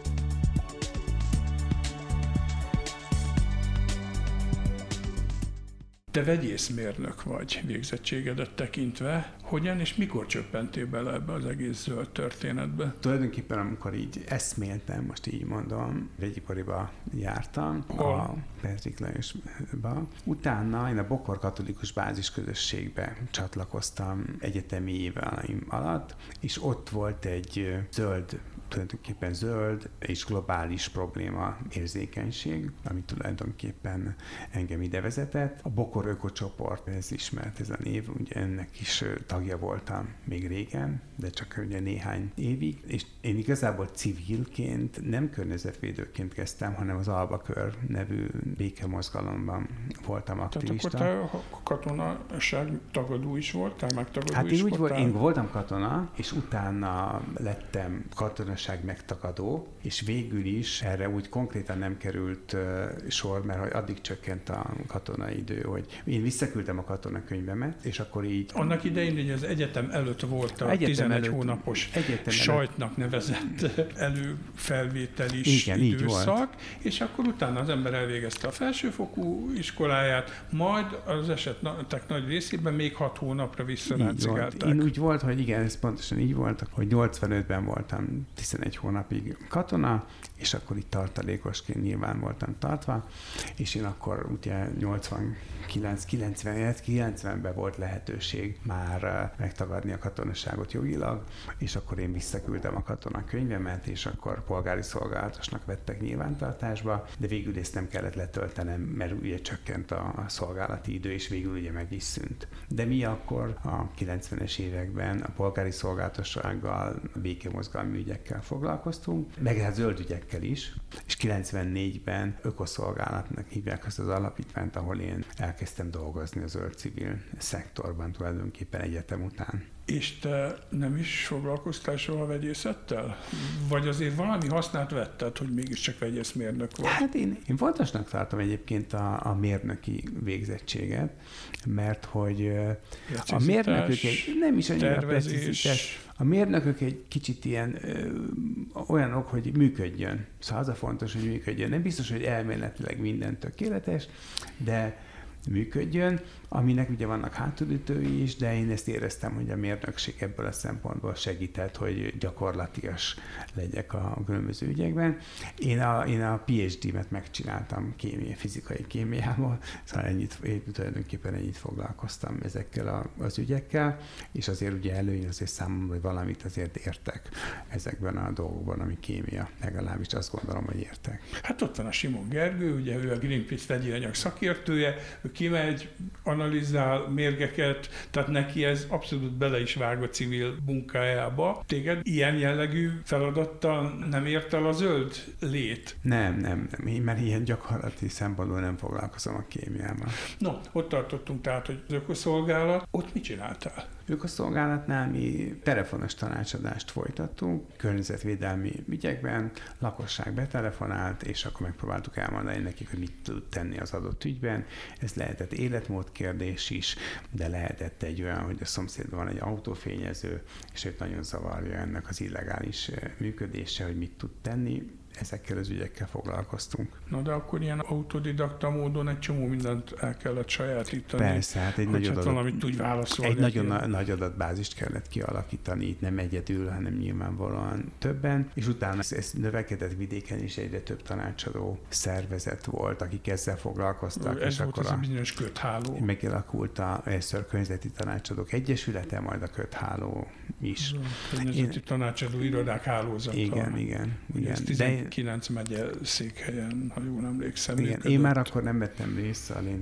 Speaker 2: Te vegyészmérnök vagy végzettségedet tekintve, hogyan és mikor csöppentél bele ebbe az egész zöld történetbe?
Speaker 3: Tulajdonképpen amikor így eszméltem, most így mondom, vegyipariba jártam,
Speaker 2: Hol?
Speaker 3: a Petrik Lajosba. Utána én a Bokor Katolikus Bázisközösségbe csatlakoztam egyetemi éveim alatt, és ott volt egy zöld, tulajdonképpen zöld és globális probléma érzékenység, ami tulajdonképpen engem ide vezetett. A Bokor Ökocsoport, ez ismert ez a név, ugye ennek is tagja voltam még régen, de csak ugye néhány évig, és én igazából civilként, nem környezetvédőként kezdtem, hanem az Albakör nevű békemozgalomban voltam aktivista.
Speaker 2: Tehát akkor te a katonaság tagadó is voltál, megtagadó
Speaker 3: hát
Speaker 2: is
Speaker 3: én úgy
Speaker 2: voltál?
Speaker 3: Volt, én voltam katona, és utána lettem katonaság megtagadó, és végül is erre úgy konkrétan nem került uh, sor, mert hogy addig csökkent a katonai idő, hogy én visszaküldtem a katonakönyvemet, és akkor így...
Speaker 2: Annak idején, hogy az egyetem előtt volt a
Speaker 3: egyetem
Speaker 2: tizenegy
Speaker 3: előtt,
Speaker 2: hónapos
Speaker 3: egyetem
Speaker 2: sajtnak nevezett előfelvételis
Speaker 3: igen,
Speaker 2: időszak, és akkor utána az ember elvégezte a felsőfokú iskoláját, majd az esetek nagy részében még hat hónapra visszaráncigálták.
Speaker 3: Én úgy volt, hogy igen, ez pontosan így volt, hogy nyolcvanötben voltam tizenegy hónapig katona, és akkor itt tartalékosként nyilván voltam tartva, és én akkor ugye nyolcvankilenc kilencvenben volt lehetőség már megtagadni a katonaságot jogilag, és akkor én visszaküldtem a katonakönyvemet, és akkor polgári szolgálatosnak vettek nyilvántartásba, de végül ezt nem kellett letöltenem, mert ugye csökkent a szolgálati idő, és végül ugye meg is szűnt. De mi akkor a kilencvenes években a polgári szolgálatossággal, a békemozgalmi ügyekkel foglalkoztunk, meg hát zöld ügyekkel is, és kilencvennégyben ökoszolgálatnak hívják azt az alapítványt, ahol én elkezdtem dolgozni a zöld civil szektorban tulajdonképpen egyetem után.
Speaker 2: És te nem is foglalkoztál soha vegyészettel? Vagy azért valami hasznát vetted, hogy mégiscsak vegyészmérnök vagy?
Speaker 3: Hát én, én fontosnak tartom egyébként a, a mérnöki végzettséget, mert hogy a mérnökök egy, nem is annyira precizitás, a mérnökök egy kicsit ilyen ö, olyanok, hogy működjön. Szóval az a fontos, hogy működjön. Nem biztos, hogy elméletileg minden tökéletes, de működjön, aminek ugye vannak hátulütői is, de én ezt éreztem, hogy a mérnökség ebből a szempontból segített, hogy gyakorlatias legyek a különböző ügyekben. Én a, én a PhD-met megcsináltam kémia, fizikai kémiából, szóval ennyit, én tulajdonképpen ennyit foglalkoztam ezekkel a, az ügyekkel, és azért ugye előjön azért számomra, hogy valamit azért értek ezekben a dolgokban, ami kémia, legalábbis azt gondolom, hogy értek.
Speaker 2: Hát ott van a Simon Gergő, ugye ő a Greenpeace vegyi anyag szakértője, ő kimegy, analizál mérgeket, tehát neki ez abszolút bele is vág a civil munkájába. Téged ilyen jellegű feladattal nem ért el a zöld lét?
Speaker 3: Nem, nem, nem. Én már ilyen gyakorlati szempontból nem foglalkozom a kémiával.
Speaker 2: No, ott tartottunk tehát, hogy az ökoszolgálat. Ott mit csináltál?
Speaker 3: Ökoszolgálatnál mi telefonos tanácsadást folytattunk, környezetvédelmi ügyekben, lakosság betelefonált, és akkor megpróbáltuk elmondani nekik, hogy mit tud tenni az adott ügyben. Ez lehetett életmódkérdés is, de lehetett egy olyan, hogy a szomszédban van egy autófényező, és őt nagyon zavarja ennek az illegális működése, hogy mit tud tenni. ezekkel az ügyekkel foglalkoztunk.
Speaker 2: Na de akkor ilyen autodidakta módon egy csomó mindent el kellett sajátítani.
Speaker 3: Persze, hát egy nagy
Speaker 2: hát
Speaker 3: adat,
Speaker 2: valamit tudj válaszolni.
Speaker 3: Egy nagyon na- nagy adatbázist kellett kialakítani, itt nem egyedül, hanem nyilvánvalóan többen, és utána ez, ez növekedett vidéken is, egyre több tanácsadó szervezet volt, akik ezzel foglalkoztak.
Speaker 2: Ez
Speaker 3: és
Speaker 2: volt
Speaker 3: akkor
Speaker 2: az a bizonyos kötháló.
Speaker 3: Megalakult a először Környezeti Tanácsadók Egyesülete, majd a kötháló is.
Speaker 2: Környezeti Én... tanácsadó irodák hálózata.
Speaker 3: Igen, igen. igen.
Speaker 2: Ez tizenkilenc megye székhelyen, ha jól emlékszem.
Speaker 3: Igen. Én már akkor nem vettem részt, szóval én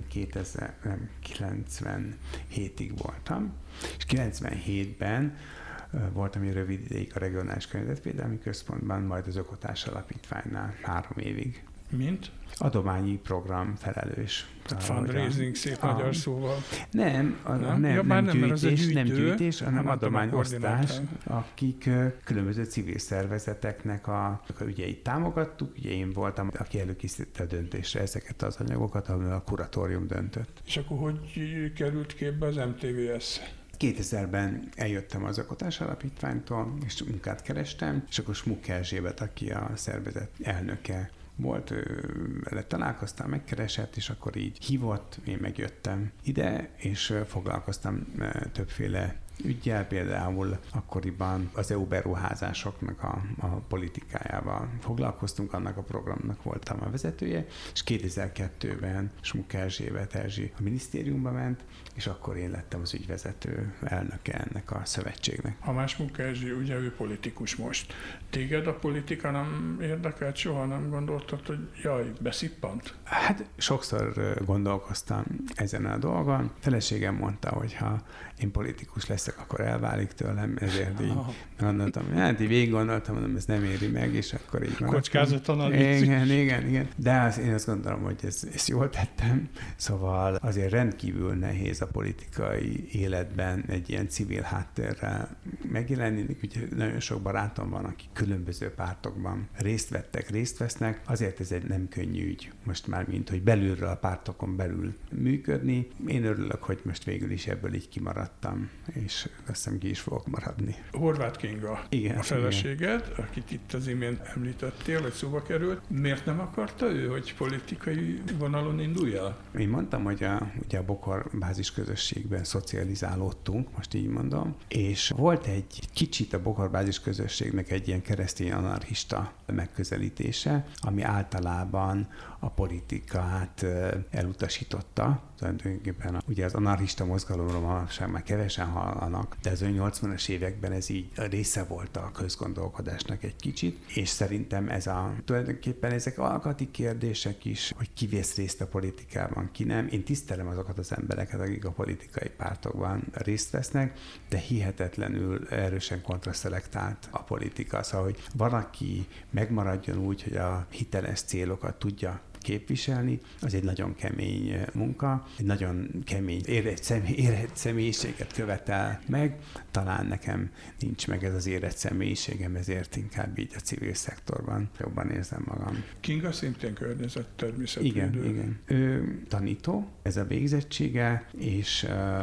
Speaker 3: kétezer-kilencvenhétig voltam, és kilencvenhétben voltam egy rövid ideig a Regionális Környezetvédelmi Központban, majd az Ökotás Alapítványnál három évig.
Speaker 2: Mint?
Speaker 3: Adományi program felelős.
Speaker 2: Fundraising szép a... magyar szóval.
Speaker 3: Nem, a, nem, nem,
Speaker 2: ja,
Speaker 3: nem,
Speaker 2: nem,
Speaker 3: gyűjtés,
Speaker 2: gyűjtő,
Speaker 3: nem gyűjtés, hanem adományosztás,
Speaker 2: a
Speaker 3: akik különböző civil szervezeteknek a, a ügyeit támogattuk. Ugye én voltam, aki előkészítette a döntésre ezeket az anyagokat, amivel a kuratórium döntött.
Speaker 2: És akkor hogy került képbe az em té vé es?
Speaker 3: kétezerben eljöttem az Ökotás Alapítványtól, és munkát kerestem, és akkor Smuk Erzsébet, aki a szervezet elnöke volt, vele találkoztam, megkeresett, és akkor így hívott, én megjöttem ide, és foglalkoztam többféle üggyel, például akkoriban az é u beruházásoknak a, a politikájával foglalkoztunk, annak a programnak voltam a vezetője, és kétezer-kettőben Smuk Erzsébet Erzsi a minisztériumba ment, és akkor én lettem az ügyvezető elnöke ennek a szövetségnek.
Speaker 2: Ha más Smuk Erzsi, ugye ő politikus most. Téged a politika nem érdekelt, soha nem gondoltad, hogy jaj, beszippant?
Speaker 3: Hát sokszor gondolkoztam ezen a dolgon. Feleségem mondta, hogy ha én politikus leszek, akkor elválik tőlem, ezért így oh. gondoltam, hát így végig gondoltam, mondom, ez nem éri meg, és akkor így
Speaker 2: Kockázatanalízis.
Speaker 3: Igen, igen, igen. De az, én azt gondolom, hogy ez, ezt jól tettem. Szóval azért rendkívül nehéz a politikai életben egy ilyen civil háttérrel megjelenni. Ugye nagyon sok barátom van, akik különböző pártokban részt vettek, részt vesznek. Azért ez egy nem könnyű ügy. Most már mint, hogy belülről a pártokon belül működni. Én örülök, hogy most végül is ebből így kimaradtam, és azt hiszem ki is fogok maradni.
Speaker 2: Horváth Kinga, igen, a feleséged, igen. Akit itt az imént említettél, hogy szóba került. Miért nem akarta ő, hogy politikai vonalon indulj el?
Speaker 3: Én mondtam, hogy a, ugye a Bokor bázis közösségben szocializálódtunk, most így mondom, és volt egy kicsit a Bokor bázis közösségnek egy ilyen keresztény anarchista megközelítése, ami általában a politikát elutasította. Tulajdonképpen ugye az anarchista mozgalomról manapság már kevesen hallanak, de az nyolcvanas években ez így része volt a közgondolkodásnak egy kicsit, és szerintem ez a tulajdonképpen ezek alkati kérdések is, hogy ki vesz részt a politikában, ki nem. Én tisztelem azokat az embereket, akik a politikai pártokban részt vesznek, de hihetetlenül erősen kontraszelektált a politika. Szóval, hogy van, aki megmaradjon úgy, hogy a hiteles célokat tudja képviselni, az egy nagyon kemény munka, egy nagyon kemény, érett, személy, érett személyiséget követel meg. Talán nekem nincs meg ez az érett személyiségem, ezért inkább így a civil szektorban jobban érzem magam.
Speaker 2: Kinga szintén környezet természetvédő.
Speaker 3: Igen, igen. Ő tanító, ez a végzettsége, és uh,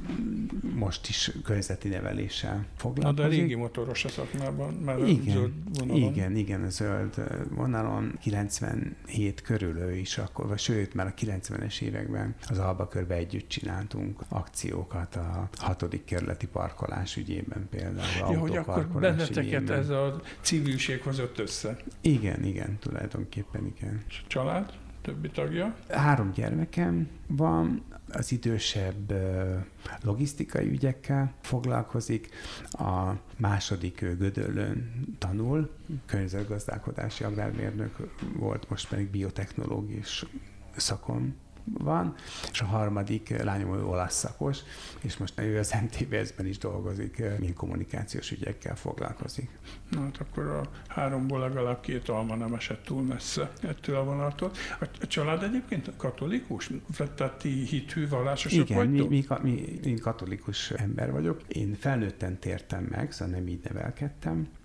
Speaker 3: most is környezeti neveléssel foglalkozik.
Speaker 2: Na, de régi motoros a szakmában, már
Speaker 3: igen,
Speaker 2: a zöld vonalon.
Speaker 3: Igen, igen, a zöld vonalon kilencvenhét körül ő is akkor, vagy sőt, már a kilencvenes években az Albakörbe együtt csináltunk akciókat a hatodik kerületi parkolás ügyében például.
Speaker 2: Ja, hogy akkor benneteket ez a civilség hozott össze.
Speaker 3: Igen, igen, tulajdonképpen igen.
Speaker 2: És a család? Többi tagja?
Speaker 3: Három gyermekem van, az idősebb logisztikai ügyekkel foglalkozik, a második Gödöllőn tanul, környezetgazdálkodási agrármérnök volt, most pedig biotechnológius szakon van, és a harmadik lányom ő olasz szakos, és most ő az em té vé es-ben is dolgozik, milyen kommunikációs ügyekkel foglalkozik.
Speaker 2: Na hát akkor a háromból legalább két alma nem esett túl messze ettől a vonaltól. A család egyébként katolikus? Tehát ti hithű, vallásosak
Speaker 3: vagytok? Igen, mi, mi, mi, én katolikus ember vagyok. Én felnőtten tértem meg, szóval nem így nevelkedtem,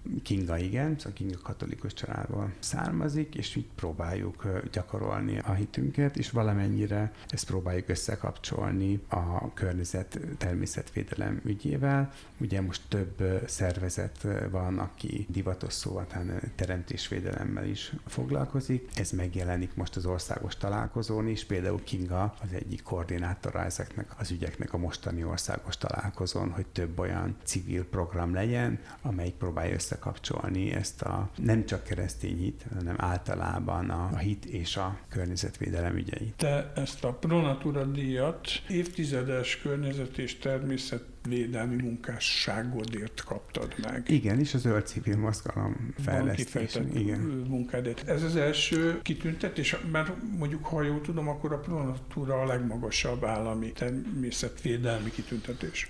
Speaker 3: Kinga igen, szóval Kinga katolikus családból származik, és így próbáljuk gyakorolni a hitünket, és valamennyire ezt próbáljuk összekapcsolni a környezet természetvédelem ügyével. Ugye most több szervezet van, aki divatos szóval teremtésvédelemmel is foglalkozik. Ez megjelenik most az országos találkozón is, például Kinga az egyik koordinátora ezeknek az ügyeknek a mostani országos találkozón, hogy több olyan civil program legyen, amelyik próbálja összekapcsolni ezt a nem csak keresztény hit, hanem általában a, a hit és a környezetvédelem ügyeit.
Speaker 2: Te ezt a Pronatura díjat évtizedes környezet és természetvédelmi munkásságodért kaptad meg.
Speaker 3: Igen, és a zöld civil mozgalom fejlesztés. Igen.
Speaker 2: Munkádért. Ez az első kitüntetés, mert mondjuk, ha jól tudom, akkor a Pronatura a legmagasabb állami természetvédelmi kitüntetés.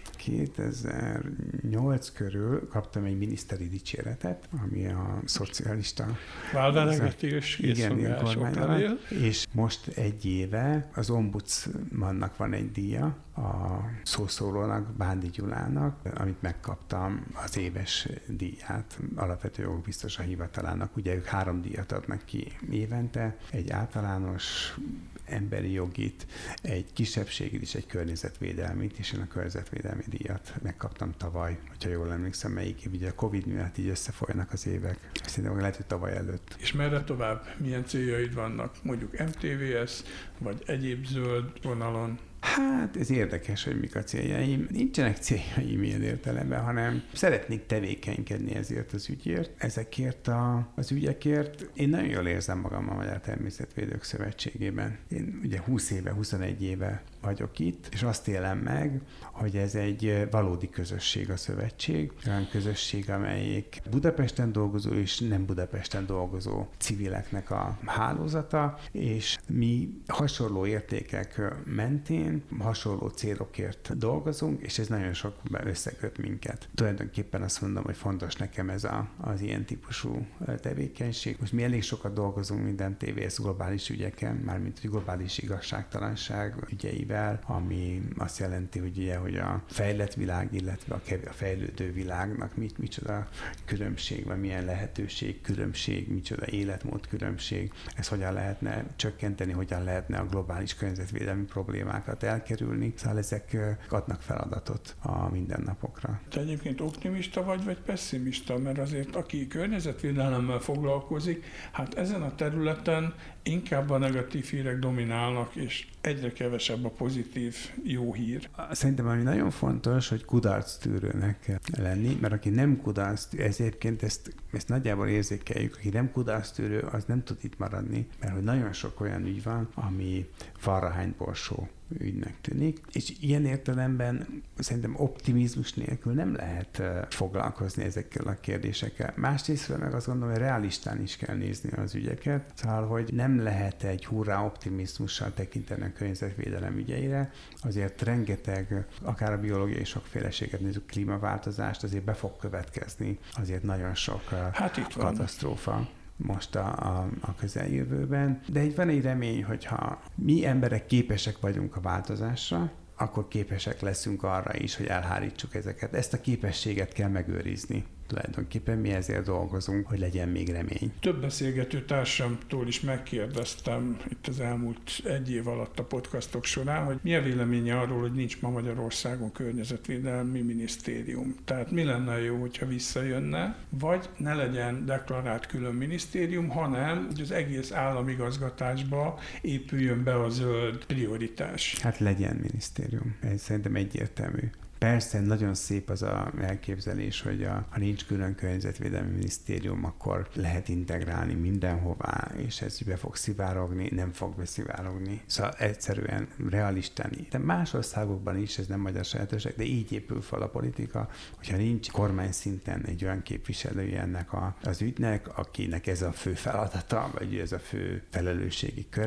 Speaker 3: kétezer-nyolc körül kaptam egy miniszteri dicséretet, ami a szocialista
Speaker 2: válvelegetés készszolgálás oklevél.
Speaker 3: És most egy éve az ombudsmannak van egy díja, a szószólónak, Bándi Gyulának, amit megkaptam az éves díját, alapvető jogok biztos a hivatalának. Ugye ők három díjat adnak ki évente, egy általános emberi jogit, egy kisebbségit és egy környezetvédelmit, és én a környezetvédelmi díjat megkaptam tavaly, hogyha jól emlékszem, melyik év, ugye a Covid miatt így összefolynak az évek. Szerintem lehet, hogy tavaly előtt.
Speaker 2: És merre tovább? Milyen céljaid vannak? Mondjuk em té vé es, vagy egyéb zöld vonalon?
Speaker 3: Hát ez érdekes, hogy mik a céljaim. Nincsenek céljaim ilyen értelemben, hanem szeretnék tevékenykedni ezért az ügyért, ezekért a, az ügyekért. Én nagyon jól érzem magam a Magyar Természetvédők Szövetségében. Én ugye húsz éve, huszonegy éve vagyok itt, és azt élem meg, hogy ez egy valódi közösség a szövetség, olyan közösség, amelyik Budapesten dolgozó és nem Budapesten dolgozó civileknek a hálózata, és mi hasonló értékek mentén, hasonló célokért dolgozunk, és ez nagyon sok összeköt minket. Tulajdonképpen azt mondom, hogy fontos nekem ez a, az ilyen típusú tevékenység. Most mi elég sokat dolgozunk minden té vé es globális ügyeken, mármint hogy globális igazságtalanság ügyeivel, ami azt jelenti, hogy, ugye, hogy a fejlett világ, illetve a, kev- a fejlődő világnak mit, micsoda különbség van, milyen lehetőség, különbség, micsoda életmód különbség, ez hogyan lehetne csökkenteni, hogyan lehetne a globális környezetvédelmi problémákat elkerülni. Szóval ezek adnak feladatot a mindennapokra.
Speaker 2: Te egyébként optimista vagy, vagy pessimista? Mert azért aki környezetvédelemmel foglalkozik, hát ezen a területen inkább a negatív hírek dominálnak, és egyre kevesebb a pozitív jó hír.
Speaker 3: Szerintem ami nagyon fontos, hogy kudarctűrőnek kell lenni, mert aki nem kudarctűrő, ezért ezt, ezt nagyjából érzékeljük, aki nem kudarctűrő, az nem tud itt maradni, mert hogy nagyon sok olyan ügy van, ami falrahány-borsó ügynek tűnik, és ilyen értelemben szerintem optimizmus nélkül nem lehet foglalkozni ezekkel a kérdésekkel. Másrésztről meg azt gondolom, hogy realistán is kell nézni az ügyeket, szóval, hogy nem lehet egy hurrá optimizmussal tekinteni a környezetvédelem ügyeire, azért rengeteg, akár a biológiai sokféleséget nézzük, klímaváltozást, azért be fog következni, azért nagyon sok hát itt katasztrófa. Van. Most a, a, a közeljövőben. De így van egy remény, hogyha mi emberek képesek vagyunk a változásra, akkor képesek leszünk arra is, hogy elhárítsuk ezeket. Ezt a képességet kell megőrizni. Tulajdonképpen mi ezért dolgozunk, hogy legyen még remény.
Speaker 2: Több beszélgető társamtól is megkérdeztem itt az elmúlt egy év alatt a podcastok során, hogy mi a véleménye arról, hogy nincs ma Magyarországon környezetvédelmi minisztérium. Tehát mi lenne jó, hogyha visszajönne, vagy ne legyen deklarált külön minisztérium, hanem hogy az egész államigazgatásba épüljön be a zöld prioritás.
Speaker 3: Hát legyen minisztérium. Ez szerintem egyértelmű. Persze, nagyon szép az a elképzelés, hogy a, ha nincs külön környezetvédelmi minisztérium, akkor lehet integrálni mindenhová, és ez be fog szivárogni, nem fog beszivárogni. Szóval egyszerűen realistán. De más országokban is, ez nem magyar sajátosság, de így épül fel a politika, hogyha nincs kormány szinten egy olyan képviselője ennek a, az ügynek, akinek ez a fő feladata, vagy ez a fő felelősségi köre,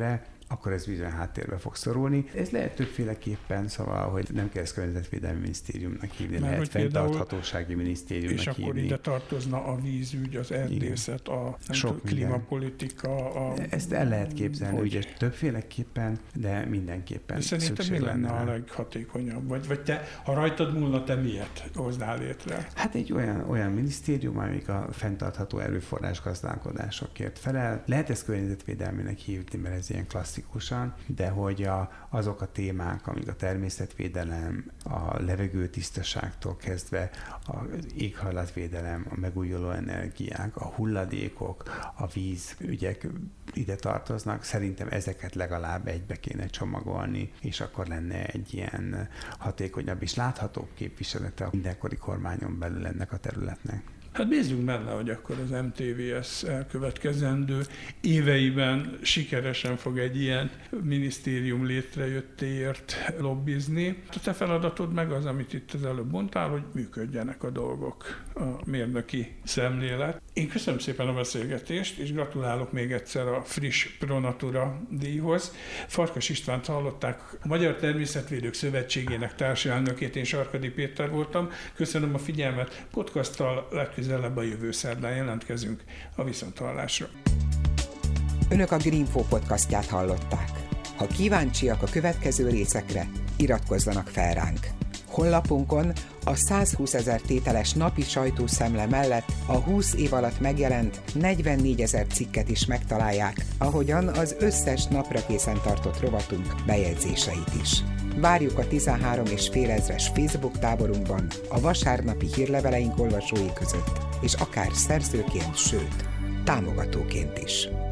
Speaker 3: akkor ez bizony háttérbe fog szorulni. Ez lehet többféleképpen, szóval, hogy nem kell ezt környezetvédelmi minisztériumnak hívni, mert lehet fenntarthatósági minisztériumnak
Speaker 2: és
Speaker 3: hívni.
Speaker 2: És akkor ide tartozna a vízügy, az erdészet, a tudom, klímapolitika. A...
Speaker 3: Ezt el lehet képzelni, ugye többféleképpen, de mindenképpen.
Speaker 2: De szerintem mi lenne a leghatékonyabb? Vagy, vagy te, ha rajtad múlna, te miért hoznál létre?
Speaker 3: Hát egy olyan, olyan minisztérium, amik a fenntartható erőforrás gazdálkodásokért felel. Lehet ezt környezetvédelmének hívni, mert ez ilyen klasszikusan, de hogy a, azok a témák, amik a természetvédelem, a levegőtisztaságtól kezdve, az éghajlatvédelem, a megújuló energiák, a hulladékok, a vízügyek ide tartoznak. Szerintem ezeket legalább egybe kéne csomagolni, és akkor lenne egy ilyen hatékonyabb és láthatóbb képviselete a mindenkori kormányon belül ennek a területnek.
Speaker 2: Hát bízunk benne, hogy akkor az em té vé es elkövetkezendő éveiben sikeresen fog egy ilyen minisztérium létrejöttéért lobbizni. A te feladatod meg az, amit itt az előbb mondtál, hogy működjenek a dolgok, a mérnöki szemlélet. Én köszönöm szépen a beszélgetést, és gratulálok még egyszer a friss Pronatura díjhoz. Farkas Istvánt hallották, a Magyar Természetvédők Szövetségének társelnökét, én Sarkadi Péter voltam. Köszönöm a figyelmet, podcasttal legközelebb a jövő szerdán jelentkezünk a viszonthallásra.
Speaker 1: Önök a Greenfo podcastját hallották. Ha kíváncsiak a következő részekre, iratkozzanak fel ránk. Honlapunkon a százhúszezer tételes napi sajtószemle mellett a húsz év alatt megjelent negyvennégyezer cikket is megtalálják, ahogyan az összes napra készen tartott rovatunk bejegyzéseit is. Várjuk a tizenhárom és fél ezres Facebook táborunkban, a vasárnapi hírleveleink olvasói között, és akár szerzőként, sőt, támogatóként is.